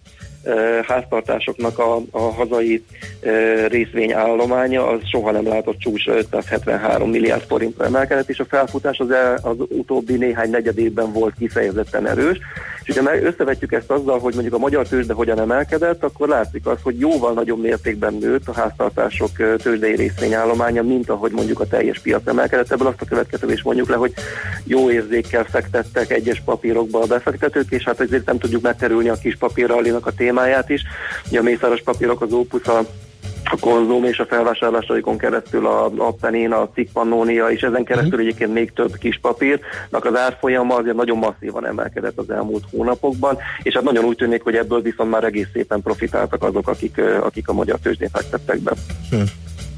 háztartásoknak a hazai részvényállománya az soha nem látott csúcsra, 573 milliárd forintra emelkedett, és a felfutás az utóbbi néhány negyedévben volt kifejezetten erős. És ugye összevetjük ezt azzal, hogy mondjuk a magyar tőzsde hogyan emelkedett, akkor látszik az, hogy jóval nagyobb mértékben nőtt a háztartások tőzsdei részvényállománya, mint ahogy mondjuk a teljes piac emelkedett. Ebből azt a következtetést mondjuk le, hogy jó érzékkel fektettek egyes papírokba a befektetők, és hát ezért nem tudjuk megkerülni a kis papírrallinak a témáját is. Ugye a mészáros papírok, az Opus, a Konzum és a felvásárlásaikon keresztül a Penin, a Cikk Pannonia, és ezen keresztül egyébként még több kis papírnak az árfolyama azért nagyon masszívan emelkedett az elmúlt hónapokban, és hát nagyon úgy tűnik, hogy ebből viszont már egész szépen profitáltak azok, akik a magyar tőzsdén fektettek be.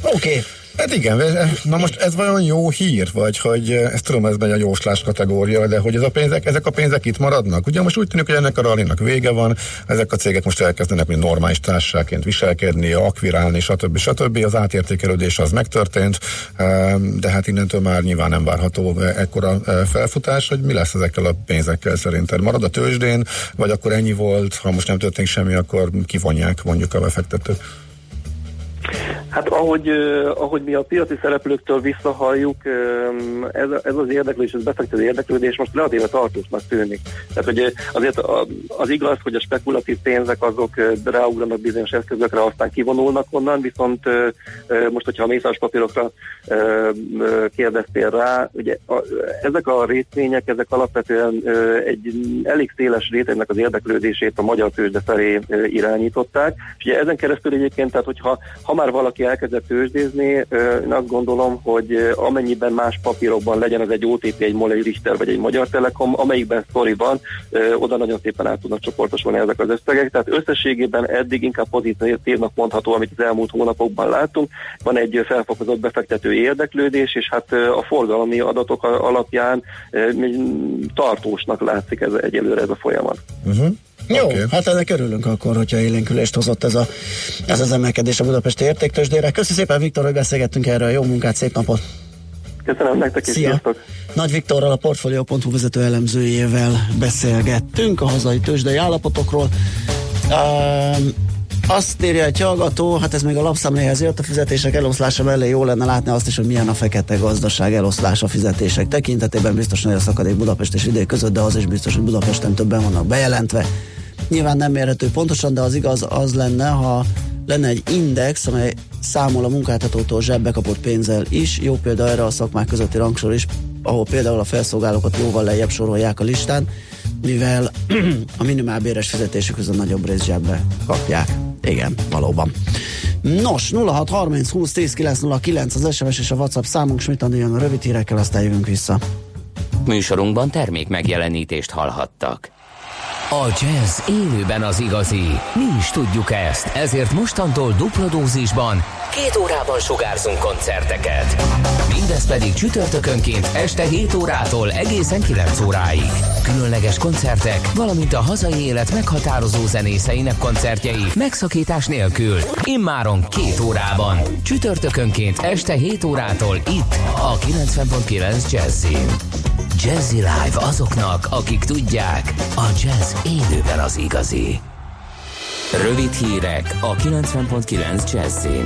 Oké. Hát igen, na most ez vajon jó hír, vagy hogy ezt tudom, ez megy a jóslás kategória, de hogy ezek a pénzek itt maradnak? Ugye most úgy tűnik, hogy ennek a rallinak vége van, ezek a cégek most elkezdenek mint normális társaságként viselkedni, akvirálni, stb. Az átértékelődés az megtörtént, de hát innentől már nyilván nem várható ekkora felfutás, hogy mi lesz ezekkel a pénzekkel szerinted? Marad a tőzsdén, vagy akkor ennyi volt, ha most nem történik semmi, akkor kivonják mondjuk a befektetők? Hát ahogy mi a piaci szereplőktől visszahalljuk, ez az érdeklődés, ez befektető érdeklődés most relatíve tartósnak tűnik. Tehát, hogy azért az igaz, hogy a spekulatív pénzek azok ráugranak bizonyos eszközökre, aztán kivonulnak onnan, viszont most, hogyha a mészáros papírokra kérdeztél rá, ugye ezek a részvények, ezek alapvetően egy elég széles rétegnek az érdeklődését a magyar tőzsde felé irányították, és ugye ezen keresztül egyébként, tehát hogyha már valaki elkezdett tőzsdézni, én azt gondolom, hogy amennyiben más papírokban legyen, az egy OTP, egy MOL, egy Richter vagy egy Magyar Telekom, amelyikben sztori van, oda nagyon szépen át tudnak csoportosulni ezek az összegek. Tehát összességében eddig inkább pozitívnak mondható, amit az elmúlt hónapokban láttunk. Van egy felfokozott befektetői érdeklődés, és hát a forgalmi adatok alapján tartósnak látszik egyelőre ez a folyamat. Jó, hát ennek örülünk akkor, hogyha élénkülést hozott ez az emelkedés a budapesti értéktőzsdére. Köszönöm szépen, Viktor, hogy beszélgettünk erről. Jó munkát, szép napot! Köszönöm nektek is, sziasztok! Nagy Viktorral, a Portfolio.hu vezető elemzőjével beszélgettünk a hazai tőzsdei állapotokról. Azt írja egy hallgató, hát ez még a lapszemléhez jött, a fizetések eloszlása mellé jó lenne látni azt is, hogy milyen a fekete gazdaság eloszlása fizetések tekintetében. Biztos nagy a szakadék Budapest és idő között, de az is biztos, hogy Budapesten többen vannak bejelentve. Nyilván nem mérhető pontosan, de az igaz az lenne, ha lenne egy index, amely számol a munkáltatótól zsebbe kapott pénzzel is. Jó példa erre a szakmák közötti rangsor is, ahol például a felszolgálókat jóval lejjebb sorolják a listán, mivel a minimálbéres fizetésük a nagyobb részt zsebbe kapják. Igen, valóban. Nos, 0630 20 10 909 az SMS és a WhatsApp számunk, Schmidt-Andi jön a rövid hírekkel, aztán jövünk vissza. Műsorunkban termék megjelenítést hallhattak. A jazz élőben az igazi. Mi is tudjuk ezt, ezért mostantól dupla dózisban 2 órában sugárzunk koncerteket. Mindez pedig csütörtökönként este 7 órától egészen 9 óráig. Különleges koncertek, valamint a hazai élet meghatározó zenészeinek koncertjei megszakítás nélkül. Immáron 2 órában. Csütörtökönként este 7 órától itt a 90.9 Jazzin. Jazzy Live azoknak, akik tudják, a jazz élőben az igazi. Rövid hírek a 90.9 Jazzin.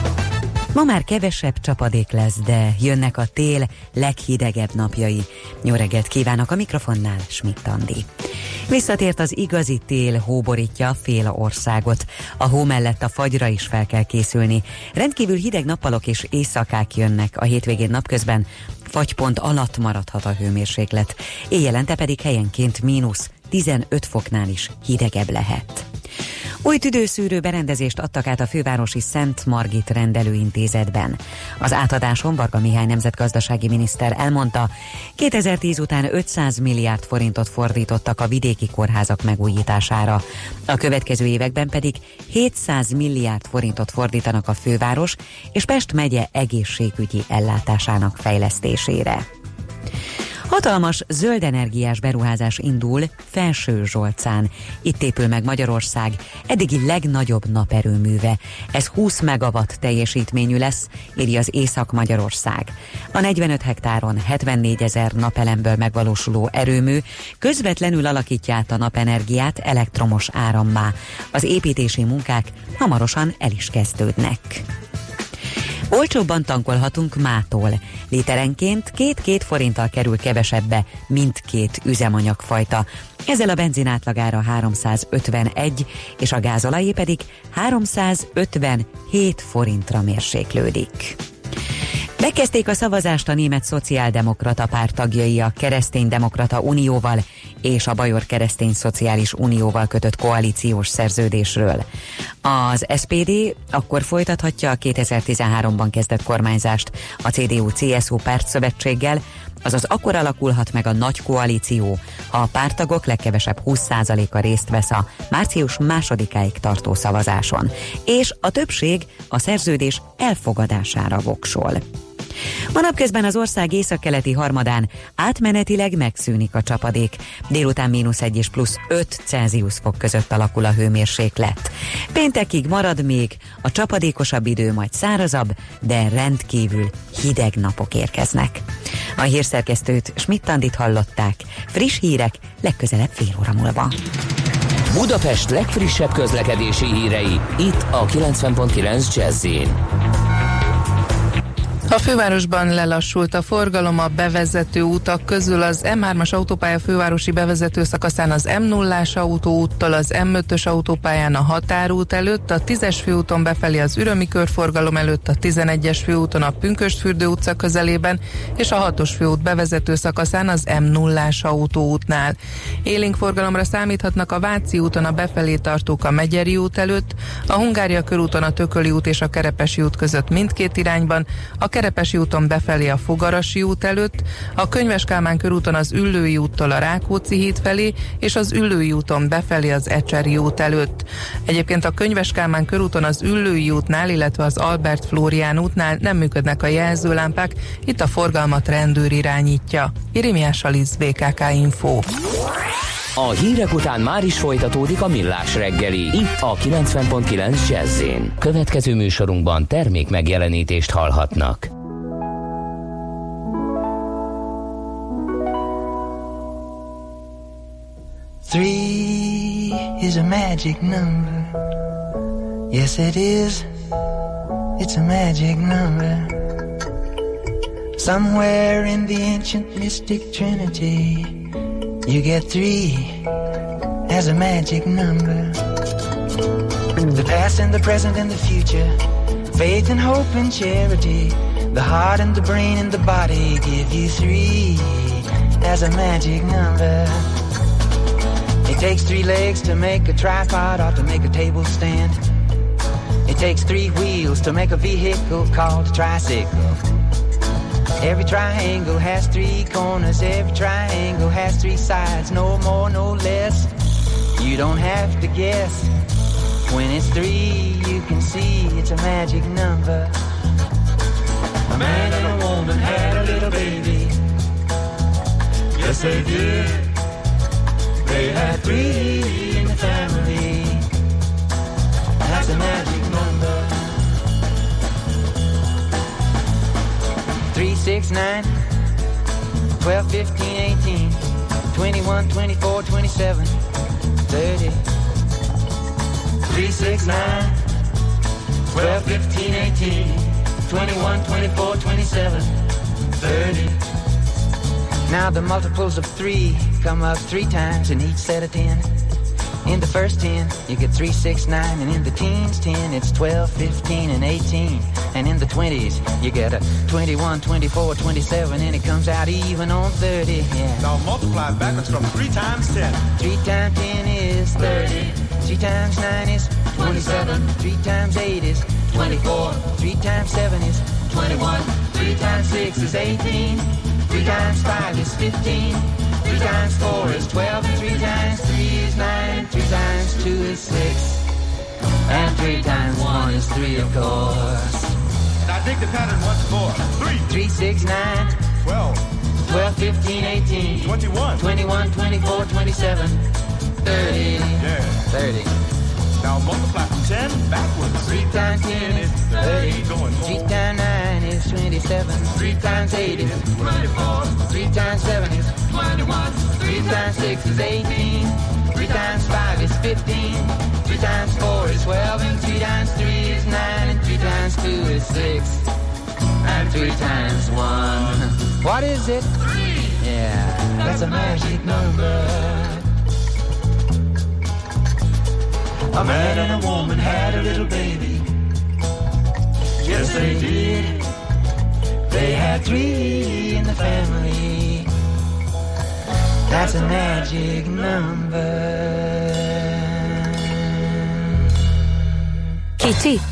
Ma már kevesebb csapadék lesz, de jönnek a tél leghidegebb napjai. Jó reggelt kívánok, a mikrofonnál Schmidt-Andi. Visszatért az igazi tél, hó borítja fél országot. A hó mellett a fagyra is fel kell készülni. Rendkívül hideg nappalok és éjszakák jönnek, a hétvégén napközben fagypont alatt maradhat a hőmérséklet. Éjjelente pedig helyenként -15 foknál is hidegebb lehet. Új tüdőszűrő berendezést adtak át a fővárosi Szent Margit rendelőintézetben. Az átadáson Varga Mihály nemzetgazdasági miniszter elmondta, 2010 után 500 milliárd forintot fordítottak a vidéki kórházak megújítására. A következő években pedig 700 milliárd forintot fordítanak a főváros és Pest megye egészségügyi ellátásának fejlesztésére. Hatalmas zöldenergiás beruházás indul Felső-Zsolcán. Itt épül meg Magyarország eddigi legnagyobb naperőműve. Ez 20 megawatt teljesítményű lesz, írja az Észak-Magyarország. A 45 hektáron 74 000 napelemből megvalósuló erőmű közvetlenül alakítja át a napenergiát elektromos árammá. Az építési munkák hamarosan el is kezdődnek. Olcsóbban tankolhatunk mától. Literenként 2 forinttal kerül kevesebbe mindkét üzemanyagfajta. Ezzel a benzin átlagára 351 és a gázolajé pedig 357 forintra mérséklődik. Megkezdték a szavazást a Német Szociáldemokrata Párt tagjai a Kereszténydemokrata Unióval és a Bajor Keresztény Szociális Unióval kötött koalíciós szerződésről. Az SPD akkor folytathatja a 2013-ban kezdett kormányzást a CDU-CSU pártszövetséggel, azaz akkor alakulhat meg a nagy koalíció, ha a párttagok legkevesebb 20%-a részt vesz a március 2-áig tartó szavazáson, és a többség a szerződés elfogadására voksol. Ma napközben az ország északkeleti harmadán átmenetileg megszűnik a csapadék. Délután -1 és +5 Celsius fok között alakul a hőmérséklet. Péntekig marad még a csapadékosabb idő, majd szárazabb, de rendkívül hideg napok érkeznek. A hírszerkesztőt, Schmidt-Andit hallották. Friss hírek legközelebb fél óra múlva. Budapest legfrissebb közlekedési hírei, itt a 90.9 Jazz-in. A fővárosban lelassult a forgalom a bevezető utak közül. Az M3-as autópálya fővárosi bevezető szakaszán az M0-as autóúttól, az M5-ös autópályán a Határút előtt, a 10-es főúton befelé az Ürömi körforgalom előtt, a 11-es főúton a Pünkösdfürdő utca közelében, és a 6-os főút bevezető szakaszán az M0-as autóútnál. Élénk forgalomra számíthatnak a Váci úton a befelé tartók a Megyeri út előtt, a Hungária körúton a Tököli út és a Kerepesi út között mindkét irányban, a Kerepesi úton befelé a Fogarasi út előtt, a Könyves Kálmán körúton az Üllői úttól a Rákóczi híd felé, és az Üllői úton befelé az Ecseri út előtt. Egyébként a Könyves Kálmán körúton az Üllői útnál, illetve az Albert Flórián útnál nem működnek a jelzőlámpák, itt a forgalmat rendőr irányítja. Irimiás Alisz, BKK Info. A hírek után már is folytatódik a Millás reggeli, itt a 90.9 Jazz-in. Következő műsorunkban termék megjelenítést hallhatnak. 3 is a magic number. Yes, it is. It's a magic number. Somewhere in the ancient mystic trinity, you get 3 as a magic number. The past and the present and the future, faith and hope and charity, the heart and the brain and the body give you 3 as a magic number. It takes 3 legs to make a tripod or to make a table stand. It takes 3 wheels to make a vehicle called a tricycle. Every triangle has 3 corners, every triangle has 3 sides, no more, no less. You don't have to guess. When it's 3, you can see it's a magic number. A man and a woman had a little baby. Yes, they did. They had 3 in the family. That's a magic number. 3, 6, 9, 12, 15, 18, 21, 24, 27, 30. 3, 6, 9, 12, 15, 18, 21, 24, 27, 30. Now the multiples of 3 come up 3 times in each set of 10. In the first 10, you get 3, 6, 9, and in the teens 10, it's 12, 15, and 18. And in the 20s, you get a 21, 24, 27, and it comes out even on 30. Yeah. Now multiply backwards from 3 times 10. 3 times 10 is 30. 3 times 9 is 27. 3 times 8 is 24. 3 times 7 is 21. 3 times 6 is 18. 3 times 5 is 15. 3 times 4 is 12. And 3 times 3 is 9. And 3 times 2 is 6. And 3 times 1 is 3, of course. Now dig the pattern once more. 3. 3, 6, 9. 12. 12, 15, 18. 21. 21, 24, 27. 30. Yeah. 30. Now multiply 10 backwards. 3 times 10 is 30. 3 times 9 is 27. 3 times 8 is 24. 3 times 7 is 21. 3 times 6 is 18. 3 times 5 is 15. 3 times 4 is 12. And 3 times 3 is 9. And 3 times 2 is 6. And 3 times 1. What is it? 3. Yeah, that's a magic number. A man and a woman had a little baby. Yes, they did. They had 3 in the family. That's a magic number. Kicsi,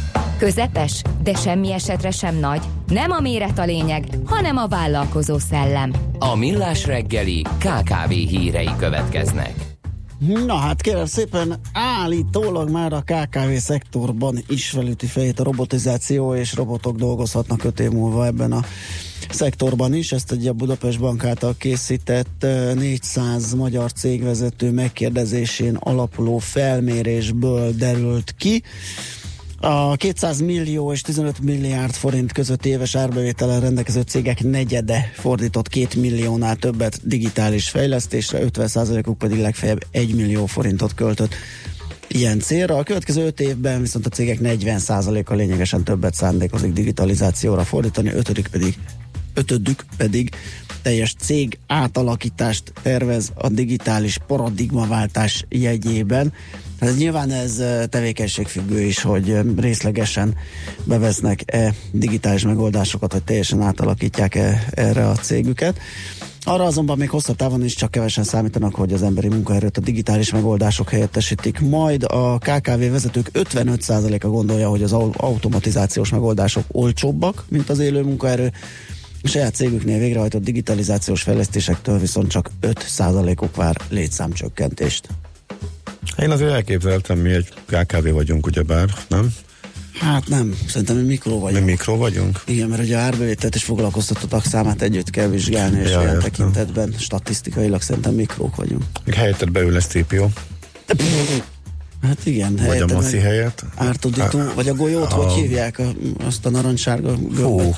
Közepes, de semmi esetre sem nagy. Nem a méret a lényeg, hanem a vállalkozó szellem. A Millás reggeli KKV hírei következnek. Na hát kérem szépen, állítólag már a KKV szektorban is felüti fejét a robotizáció, és robotok dolgozhatnak 5 év múlva ebben a szektorban is. Ezt egy a Budapest Bank által készített 400 magyar cégvezető megkérdezésén alapuló felmérésből derült ki. A 200 millió és 15 milliárd forint között éves árbevétellel rendelkező cégek negyede fordított 2 milliónál többet digitális fejlesztésre, 50%-uk pedig legfeljebb 1 millió forintot költött ilyen célra. A következő 5 évben viszont a cégek 40%-a lényegesen többet szándékozik digitalizációra fordítani, ötödük pedig teljes cég átalakítást tervez a digitális paradigmaváltás jegyében. Hát nyilván ez tevékenységfüggő is, hogy részlegesen beveznek-e digitális megoldásokat, hogy teljesen átalakítják-e erre a cégüket. Arra azonban még hosszabb távon is csak kevesen számítanak, hogy az emberi munkaerőt a digitális megoldások helyettesítik. Majd a KKV vezetők 55%-a gondolja, hogy az automatizációs megoldások olcsóbbak, mint az élő munkaerő. A saját cégüknél végrehajtott digitalizációs fejlesztésektől viszont csak 5%-uk vár létszámcsökkentést. Én azért elképzeltem, mi egy KKV vagyunk, ugyebár, nem? Hát nem, szerintem mi mikró vagyunk. Mi mikró vagyunk? Igen, mert ugye a árbevételt és foglalkoztatottak számát együtt kell vizsgálni, és olyan tekintetben statisztikailag szerintem mikrók vagyunk. Még helyetted beül lesz CPO. Hát igen. Vagy a Maszi helyett. Ártudító, vagy a golyót, hogy hívják azt a narancssárga gömböt?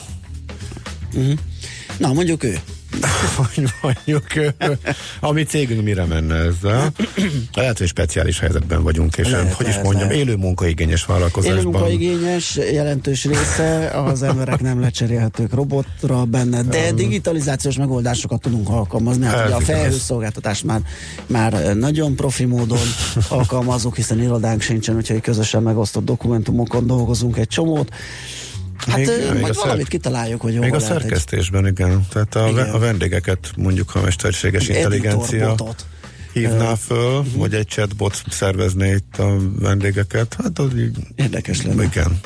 Na, mondjuk ő. Mondjuk, a mi cégünk mire menne ezzel? Lehet, hogy speciális helyzetben vagyunk, és hogy is mondjam, élő munkaigényes vállalkozásban. Élő munkaigényes, jelentős része, az emberek nem lecserélhetők robotra benne, de digitalizációs megoldásokat tudunk alkalmazni. Hát ugye a felhőszolgáltatást már nagyon profi módon alkalmazunk, hiszen irodánk sincsen, úgyhogy közösen megosztott dokumentumokon dolgozunk egy csomót. Hát majd valamit kitaláljuk, hogy még a szerkesztésben, igen. Tehát a vendégeket mondjuk, ha mesterséges intelligencia hívná föl, vagy egy chatbot szervezné itt a vendégeket, hát az így érdekes lenne. Igen.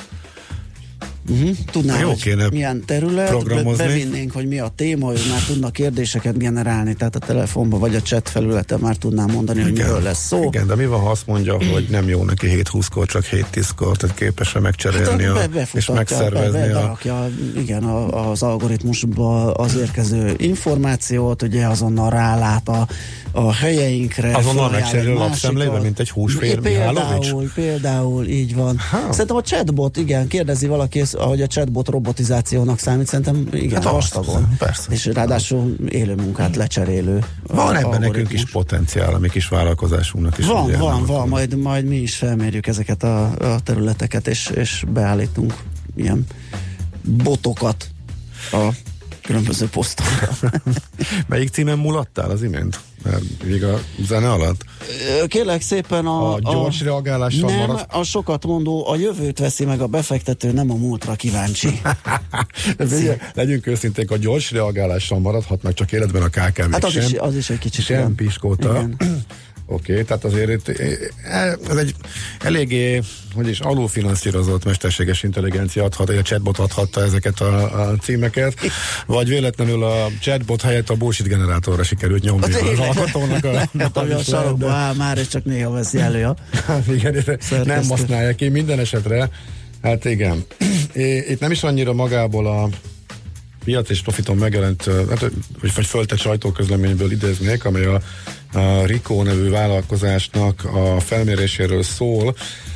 Tudnál, hogy milyen terület, bevinnénk, hogy mi a téma, hogy már tudnak kérdéseket generálni, tehát a telefonban vagy a chat felületen már tudnám mondani, hogy miről lesz szó. Igen, de mi van, ha azt mondja, hogy nem jó neki 7-20-kor, csak 7-10-kor, tehát képes-e megcserélni és megszervezni berakja, igen, az algoritmusba az érkező információt, ugye azonnal rálát a helyeinkre. Azonnal megcserél a lapszemlébe, mint egy húsvér Mihálovics? Például, így van. Szerintem a chatbot, igen, kérdezi valaki, ahogy a chatbot robotizációnak számít, szerintem igen, hát vastagon. Persze. És ráadásul élő munkát lecserélő. Van ebben nekünk is potenciál, a mi kis vállalkozásunknak is. Van, majd mi is felmérjük ezeket a területeket, és beállítunk ilyen botokat a különböző posztokra. Melyik címen mulattál az imént? Még a zene alatt? Kérlek szépen a gyors reagálással nem, marad. a sokat mondó, a jövőt veszi meg a befektető, nem a múltra kíváncsi. Legyünk őszinték, a gyors reagálással maradhatnak csak életben a KKV-k. Hát az is egy kicsit sem piskóta. Oké, tehát azért ez egy eléggé, alulfinanszírozott mesterséges intelligencia adhat, a chatbot adhatta ezeket a címeket, vagy véletlenül a chatbot helyett a bullshit generátorra sikerült nyomni az alkotónak a sarokba áll már, és csak néha veszi elő. Igen, nem használják ki minden esetre. Hát igen. Itt nem is annyira magából a piac és profiton megjelent, vagy föltett sajtóközleményből idéznék, amely a Rico nevű vállalkozásnak a felméréséről szól.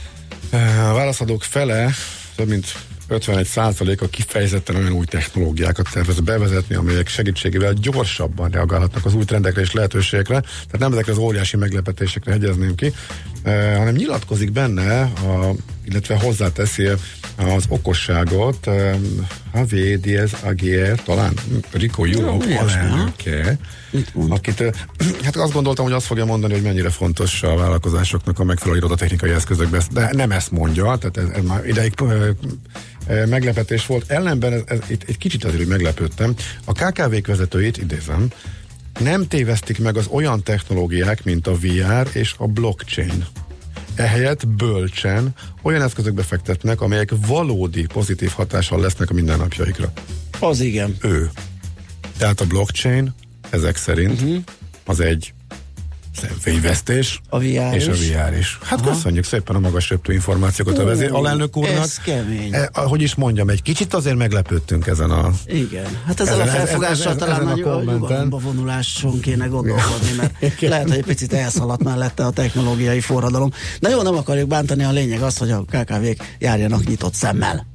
A válaszadók fele, több mint 51%-a kifejezetten olyan új technológiákat tervez bevezetni, amelyek segítségével gyorsabban reagálhatnak az új trendekre és lehetőségekre. Tehát nem ezekre az óriási meglepetésekre hegyezném ki, hanem nyilatkozik benne, illetve hozzáteszi az okosságot Javier Díaz Aguirre, talán Rico Europe alelnöke, akit, hát azt gondoltam, hogy azt fogja mondani, hogy mennyire fontos a vállalkozásoknak a megfelelő irodatechnikai eszközökben, de nem ezt mondja, tehát ez már ideig meglepetés volt. Ellenben itt egy kicsit azért meglepődtem. A KKV-k vezetőit, idézem, nem tévesztik meg az olyan technológiák, mint a VR és a blockchain. ehelyett bölcsen olyan eszközökbe fektetnek, amelyek valódi pozitív hatással lesznek a mindennapjaikra. Az igen. Ő. Tehát a blockchain ezek szerint az egy szemfényvesztés, a VR és a VR is. Hát köszönjük szépen a magas röptő információkat a alelnök úrnak. Ez kemény. Hogy is mondjam, egy kicsit azért meglepődtünk ezen a... Igen, hát ezzel a felfogással talán a nyugalomba vonuláson kéne gondolkodni, mert lehet, hogy egy picit elszaladt mellette a technológiai forradalom. De jó, nem akarjuk bántani, a lényeg az, hogy a KKV-k járjanak nyitott szemmel.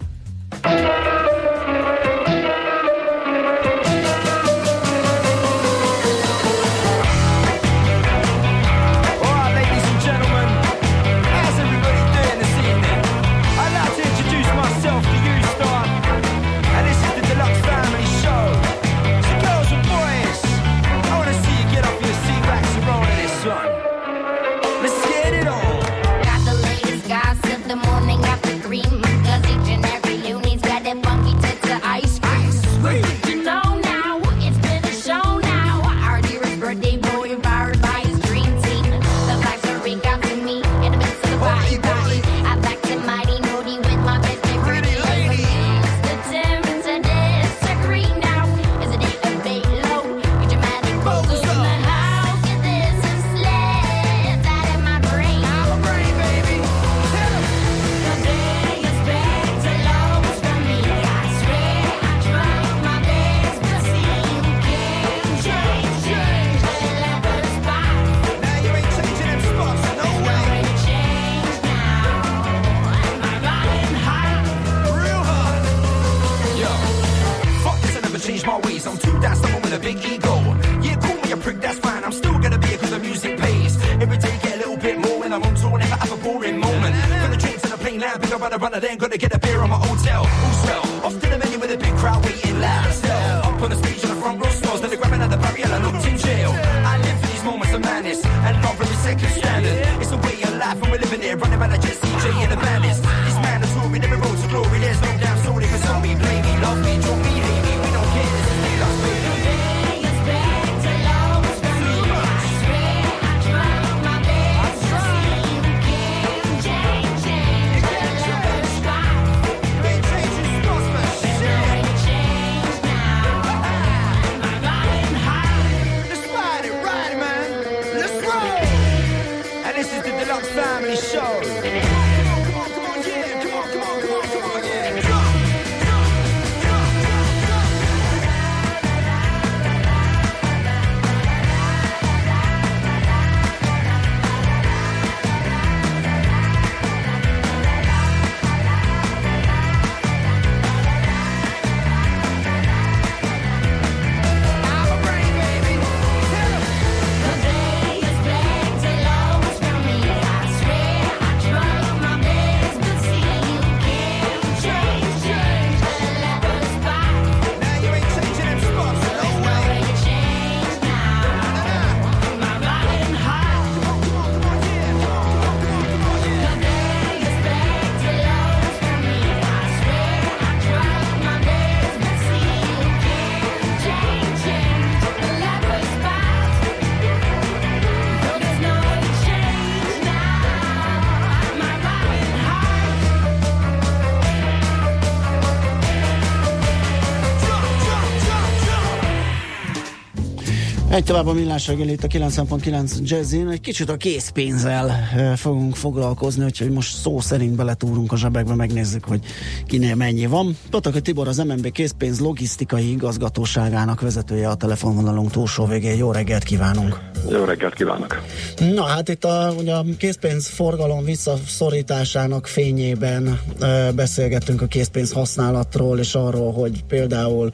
Egy tovább a millás reggel itt a 90.9 Jazzin. Egy kicsit a készpénzzel fogunk foglalkozni, úgyhogy most szó szerint beletúrunk a zsebekbe, megnézzük, hogy kinél mennyi van. Pataki Tibor, az MNB készpénz logisztikai igazgatóságának vezetője a telefonvonalunk túlsó végén. Jó reggelt kívánunk! Jó reggelt kívánok! Na hát itt ugye a készpénz forgalom visszaszorításának fényében beszélgettünk a készpénz használatról, és arról, hogy például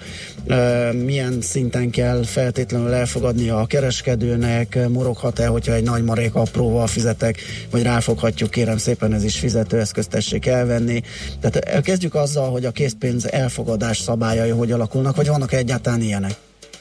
milyen szinten kell feltétlenül elfogadnia a kereskedőnek, moroghat-e, hogyha egy nagy marék apróval fizetek, vagy ráfoghatjuk, kérem szépen, ez is fizetőeszközt tessék elvenni. Tehát kezdjük azzal, hogy a készpénz elfogadás szabályai hogy alakulnak, vagy vannak egyáltalán ilyenek?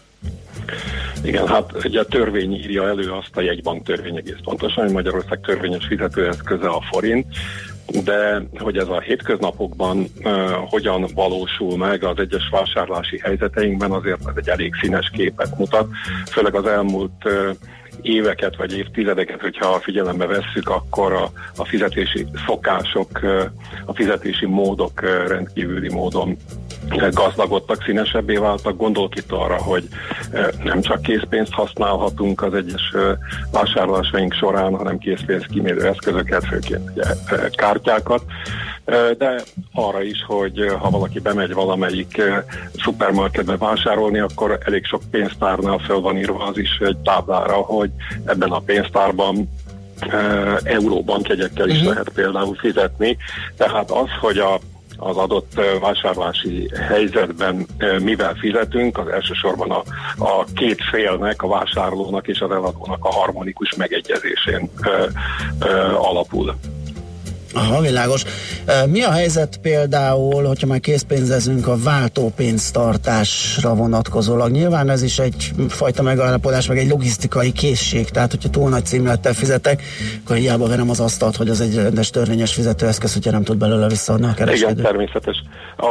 Igen, hát ugye a törvény írja elő azt, a jegybank törvény egész pontosan, hogy Magyarország törvényes fizetőeszköze a forint, de hogy ez a hétköznapokban hogyan valósul meg az egyes vásárlási helyzeteinkben, azért ez egy elég színes képet mutat, főleg az elmúlt éveket vagy évtizedeket, hogyha figyelembe vesszük, akkor a fizetési szokások, a fizetési módok rendkívüli módon gazdagodtak, színesebbé váltak. Gondolok itt arra, hogy nem csak készpénzt használhatunk az egyes vásárlásaink során, hanem készpénz kimérő eszközöket, főként kártyákat, de arra is, hogy ha valaki bemegy valamelyik szupermarketbe vásárolni, akkor elég sok pénztárnál föl van írva az is egy táblára, hogy ebben a pénztárban euróbankjegyekkel is lehet például fizetni. Tehát az, hogy az adott vásárlási helyzetben mivel fizetünk, az elsősorban a két félnek, a vásárlónak és az eladónak a harmonikus megegyezésén alapul. Aha, világos. Mi a helyzet például, hogyha már készpénzezünk a váltópénztartásra vonatkozólag? Nyilván ez is egyfajta megállapodás, meg egy logisztikai készség, tehát hogyha túl nagy címlettel fizetek, akkor hiába verem az asztalt, hogy az egy rendes törvényes fizetőeszköz, hogyha nem tud belőle visszaadni a kereskedő. Igen, természetes.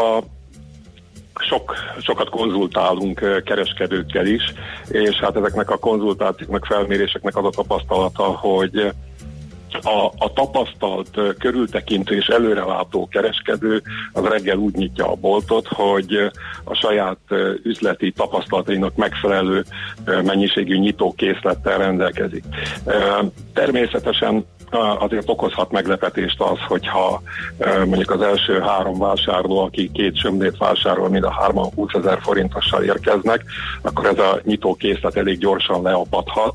Sokat konzultálunk kereskedőkkel is, és hát ezeknek a konzultációknak, felméréseknek az a tapasztalata, hogy a tapasztalt, körültekintő és előrelátó kereskedő az reggel úgy nyitja a boltot, hogy a saját üzleti tapasztalatainak megfelelő mennyiségű nyitókészlettel rendelkezik. Természetesen azért okozhat meglepetést az, hogyha mondjuk az első 3 vásárló, aki 2 sömlét vásárol, mind a 3-an 20 000 forintossal érkeznek, akkor ez a nyitókészlet elég gyorsan leapadhat.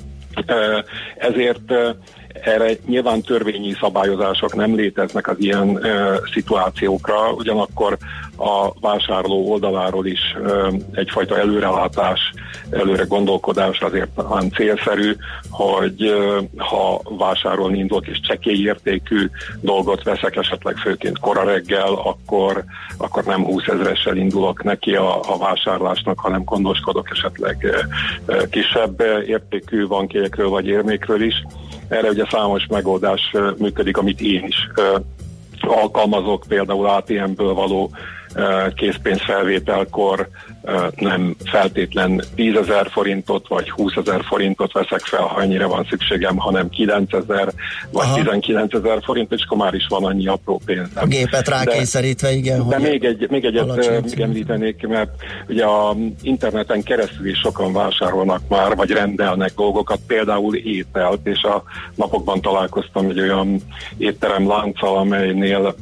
Ezért erre nyilván törvényi szabályozások nem léteznek az ilyen szituációkra, ugyanakkor a vásárló oldaláról is egyfajta előrelátás, előre gondolkodás azért talán célszerű, hogy ha vásárolni indulok és csekély értékű dolgot veszek, esetleg főként kora reggel, akkor nem 20 000-essel indulok neki a vásárlásnak, hanem gondoskodok esetleg kisebb értékű bankjegyekről vagy érmékről is. Erre ugye számos megoldás működik, amit én is alkalmazok, például ATM-ből való készpénzfelvételkor nem feltétlen 10 000 forintot vagy 20 000 forintot veszek fel, ha ennyire van szükségem, hanem 9 000 vagy 19 000 forint, és akkor már is van annyi apró pénzem. A gépet rákényszerítve, igen. De még egyet említenék, mert ugye a interneten keresztül is sokan vásárolnak már, vagy rendelnek dolgokat, például ételt, és a napokban találkoztam egy olyan étterem lánccal, amelynél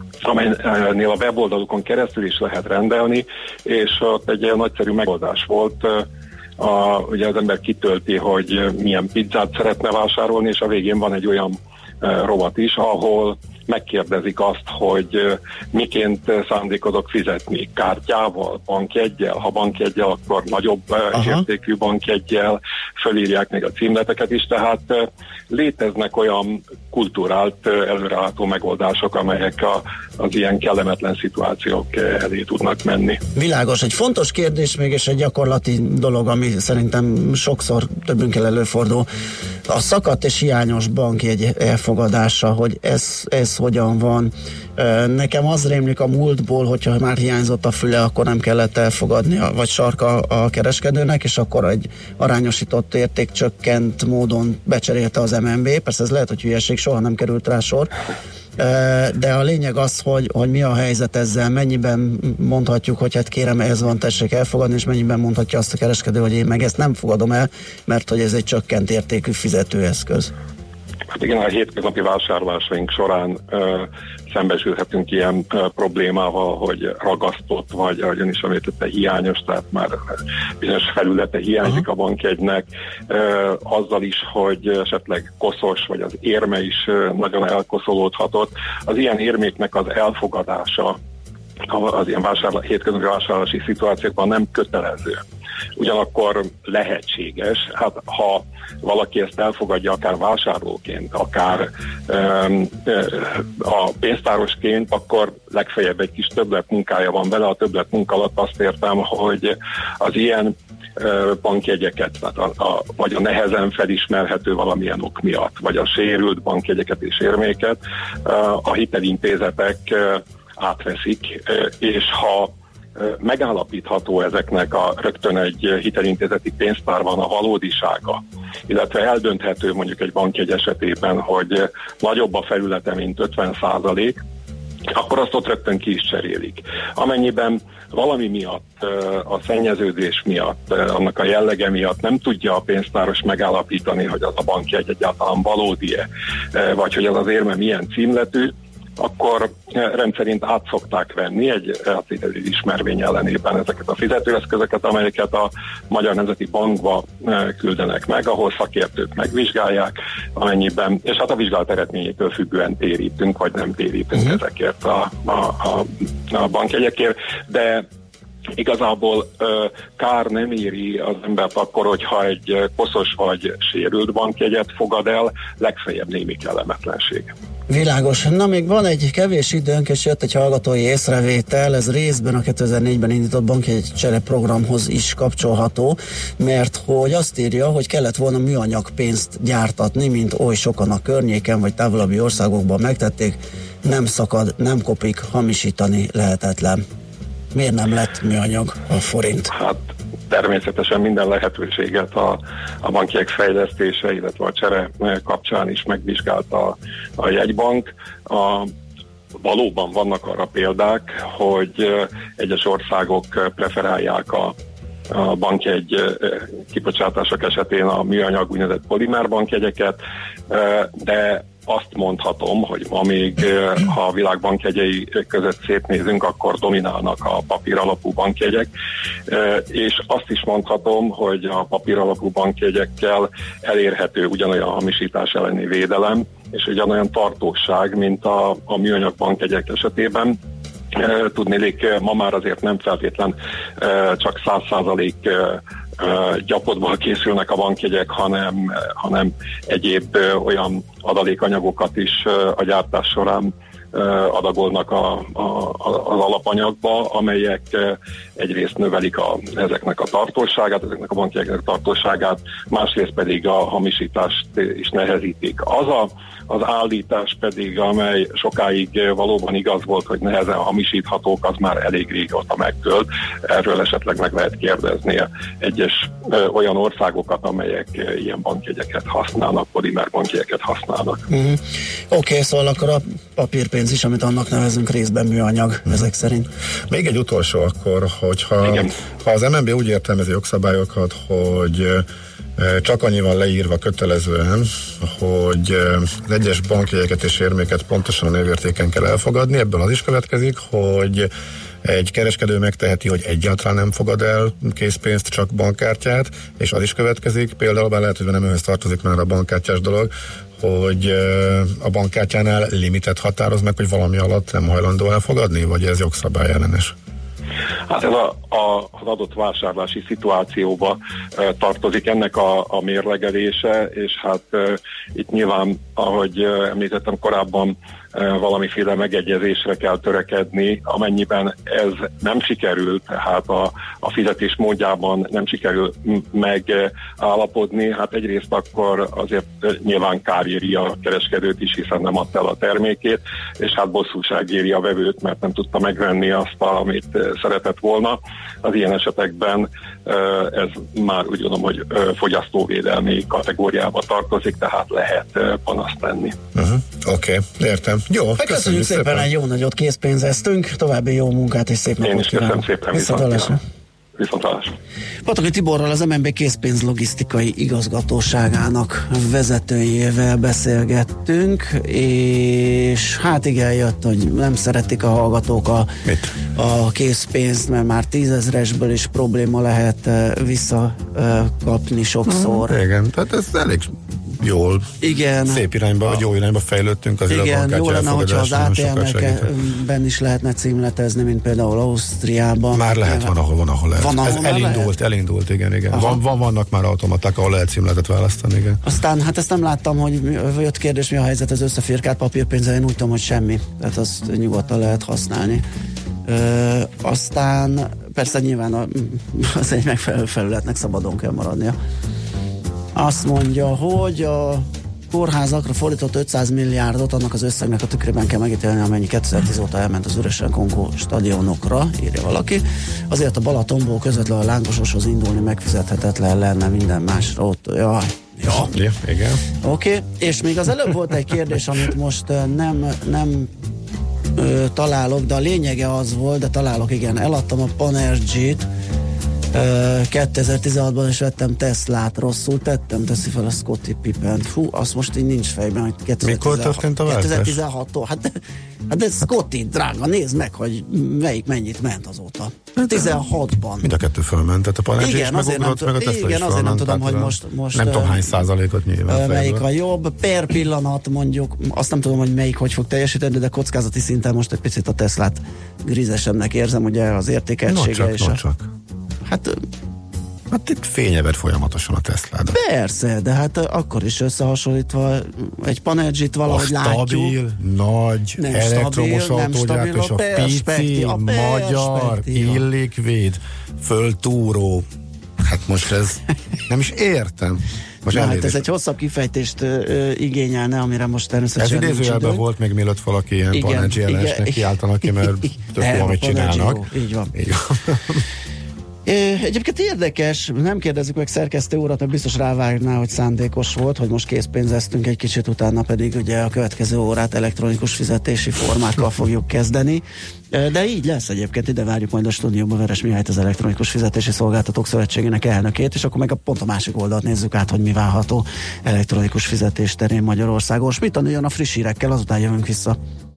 a weboldalukon keresztül is lehet rendelni, és ott egy nagyszerű megoldás volt. Ugye az ember kitölti, hogy milyen pizzát szeretne vásárolni, és a végén van egy olyan rovat is, ahol megkérdezik azt, hogy miként szándékozok fizetni, kártyával, bankjeggyel, ha bankjeggyel, akkor nagyobb értékű bankjeggyel, fölírják még a címleteket is, tehát léteznek olyan kulturált, előrelátó megoldások, amelyek az ilyen kellemetlen szituációk elé tudnak menni. Világos, egy fontos kérdés még, és egy gyakorlati dolog, ami szerintem sokszor többünkkel előfordul, a szakadt és hiányos bankjegy elfogadása, hogy ez hogyan van. Nekem az rémlik a múltból, hogyha már hiányzott a füle, akkor nem kellett elfogadni, vagy sarka a kereskedőnek, és akkor egy arányosított értékcsökkent módon becserélte az MNB. Persze ez lehet, hogy hülyeség, soha nem került rá sor. De a lényeg az, hogy mi a helyzet ezzel, mennyiben mondhatjuk, hogy hát kérem, ez van, tessék elfogadni, és mennyiben mondhatja azt a kereskedő, hogy én meg ezt nem fogadom el, mert hogy ez egy csökkent értékű fizetőeszköz. Hát igen, a hétköznapi vásárlásaink során szembesülhetünk ilyen problémával, hogy ragasztott, vagy ahogyan is említette, hiányos, tehát már bizonyos felülete hiányzik a bankjegynek, azzal is, hogy esetleg koszos, vagy az érme is nagyon elkoszolódhatott. Az ilyen érméknek az elfogadása az ilyen hétköznapi vásárlási szituációkban nem kötelező. Ugyanakkor lehetséges, hát ha valaki ezt elfogadja akár vásárlóként, akár a pénztárosként, akkor legfeljebb egy kis többlet munkája van vele. A többlet munka alatt azt értem, hogy az ilyen bankjegyeket, vagy a nehezen felismerhető valamilyen ok miatt, vagy a sérült bankjegyeket és érméket a hitelintézetek átveszik, és ha megállapítható ezeknek rögtön egy hitelintézeti pénztárban a valódisága, illetve eldönthető mondjuk egy bankjegy esetében, hogy nagyobb a felülete, mint 50%, akkor azt ott rögtön ki is cserélik. Amennyiben valami miatt, a szennyeződés miatt, annak a jellege miatt nem tudja a pénztáros megállapítani, hogy az a bankjegy egyáltalán valódi-e, vagy hogy az érme milyen címletű, akkor rendszerint át szokták venni egy ismervény ellenében ezeket a fizetőeszközöket, amelyeket a Magyar Nemzeti Bankba küldenek meg, ahol szakértők megvizsgálják, amennyiben, és hát a vizsgálat eredményétől függően térítünk, vagy nem térítünk ezekért a bankjegyekért, de igazából kár nem éri az embert akkor, hogyha egy koszos vagy sérült bankjegyet fogad el, legfeljebb némi kellemetlenség. Világos. Na, még van egy kevés időnk, és jött egy hallgatói észrevétel, ez részben a 2004-ben indított bankjegy csere programhoz is kapcsolható, mert hogy azt írja, hogy kellett volna műanyag pénzt gyártatni, mint oly sokan a környéken vagy távolabbi országokban megtették, nem szakad, nem kopik, hamisítani lehetetlen. Miért nem lett műanyag a forint? Hát természetesen minden lehetőséget a bankjegyek fejlesztése, illetve a csere kapcsán is megvizsgálta a jegybank. Valóban vannak arra példák, hogy egyes országok preferálják a bankjegy kibocsátások esetén a műanyag úgynevezett polimer bankjegyeket, de azt mondhatom, hogy ma még, ha a világ bankjegyei között szétnézünk, akkor dominálnak a papíralapú bankjegyek, és azt is mondhatom, hogy a papíralapú bankjegyekkel elérhető ugyanolyan hamisítás elleni védelem, és ugyanolyan tartóság, mint a műanyag bankjegyek esetében. Tudnélik, ma már azért nem feltétlen csak 100% gyapotból készülnek a bankjegyek, hanem egyéb olyan adalékanyagokat is a gyártás során adagolnak az alapanyagba, amelyek egyrészt növelik ezeknek a tartóságát, ezeknek a bankjegyeknek a tartóságát, másrészt pedig a hamisítást is nehezítik. Az állítás pedig, amely sokáig valóban igaz volt, hogy nehezen hamisíthatók, az már elég régóta megtölt. Erről esetleg meg lehet kérdezni egyes olyan országokat, amelyek ilyen bankjegyeket használnak, polimer bankjegyeket használnak. Oké, szóval akkor a papírpénz is, amit annak nevezünk, részben műanyag, ezek szerint. Még egy utolsó akkor, hogyha ha az MNB úgy értelmezi jogszabályokat, hogy csak annyi van leírva kötelezően, hogy az egyes bankjegyeket és érméket pontosan a névértéken kell elfogadni, ebből az is következik, hogy egy kereskedő megteheti, hogy egyáltalán nem fogad el készpénzt, csak bankkártyát, és az is következik, például bár lehet, hogy nem ehhez tartozik már a bankkártyás dolog, hogy a bankkártyánál limitet határoz meg, hogy valami alatt nem hajlandó elfogadni, vagy ez jogszabály ellenes? Hát ez az adott vásárlási szituációba tartozik ennek a mérlegelése, és hát itt nyilván, ahogy említettem korábban, valamiféle megegyezésre kell törekedni, amennyiben ez nem sikerül, tehát a fizetés módjában nem sikerül megállapodni, hát egyrészt akkor azért nyilván kár éri a kereskedőt is, hiszen nem adta el a termékét, és hát bosszúság éri a vevőt, mert nem tudta megvenni azt, amit szeretett volna. Az ilyen esetekben ez már úgy gondolom, hogy fogyasztóvédelmi kategóriába tartozik, tehát lehet panaszt tenni. Oké, értem. Jó, köszönjük szépen, egy jó nagyot készpénzeztünk, további jó munkát és szép napot kívánok. Én is köszönöm szépen, viszontlátásra. Pataki Tiborral, az MNB készpénz logisztikai igazgatóságának vezetőjével beszélgettünk, és hát igen, jött, hogy nem szeretik a hallgatók a készpénzt, mert már 10 000-esből is probléma lehet visszakapni sokszor. Igen, tehát ez elég jól, szép irányba, vagy jó irányba fejlődtünk azért a bankkártya jó lenne, hogyha az ATM-ben is lehetne címletezni, mint például Ausztriában. Már lehet, van, ahol lehet. Ez elindult, igen. Vannak már automaták, ahol lehet címletet választani, igen. Aztán, hát ezt nem láttam, hogy jött kérdés, mi a helyzet az összefirkált papírpénzzel, én úgy tudom, hogy semmi. Tehát azt nyugodtan lehet használni. Aztán persze nyilván az egy megfelelő felületnek szabadon kell maradnia. Azt mondja, hogy a kórházakra fordított 500 milliárdot annak az összegnek a tükrében kell megítélni, amennyi 2010 óta elment az üresen kongó stadionokra, írja valaki. Azért a Balatonból közvetlenül a Lángososhoz indulni megfizethetetlen lenne, minden másra ott. Jaj, Ja. Igen. Oké, és még az előbb volt egy kérdés, amit most nem találok, de a lényege az volt, de találok, igen, eladtam a Panergy-t 2016-ban, és vettem Teslát, rosszul tettem, teszi fel a Scottie Pippen. Fú, azt most így nincs fejben, hogy 2016. Mikor történt a váltás? 2016-tól. Hát de Scottie, drága, nézd meg, hogy melyik mennyit ment azóta. 16-ban. Mind a kettő fölment, tehát a Panergy is megugrott, meg a Tesla is igen, azért nem tudom, hogy most nem tudom hány százalékot nyilván. Melyik a jobb, per pillanat mondjuk, azt nem tudom, hogy melyik hogy fog teljesíteni, de kockázati szinten most egy picit a Teslát grizesebbnek érzem, ugye az értékeltsége és Hát itt fényeved folyamatosan a Tesla-d. Persze, de hát akkor is összehasonlítva egy Panergy-t valahogy látjuk. Stabil, nagy, elektromos autógyártó, és a pici, magyar, illikvid, föltúró. Hát most ez nem is értem. Hát ez egy hosszabb kifejtést igényelne, amire most természetesen ez idézőjelben volt még mielőtt valaki ilyen Panergy ellenesnek kiáltanak ki, mert tök jó, amit csinálnak. Így van. Egyébként érdekes, nem kérdezzük meg szerkesztő urat, mert biztos rávágná, hogy szándékos volt, hogy most készpénzeztünk egy kicsit, utána pedig ugye a következő órát elektronikus fizetési formákkal fogjuk kezdeni. De így lesz egyébként, ide várjuk majd a stúdióba Veres Mihályt, az Elektronikus Fizetési Szolgáltatók Szövetségének elnökét, és akkor meg pont a másik oldalt nézzük át, hogy mi várható elektronikus fizetés terén Magyarországon. Mit tanuljon a friss hírekkel, azután jövünk vissza.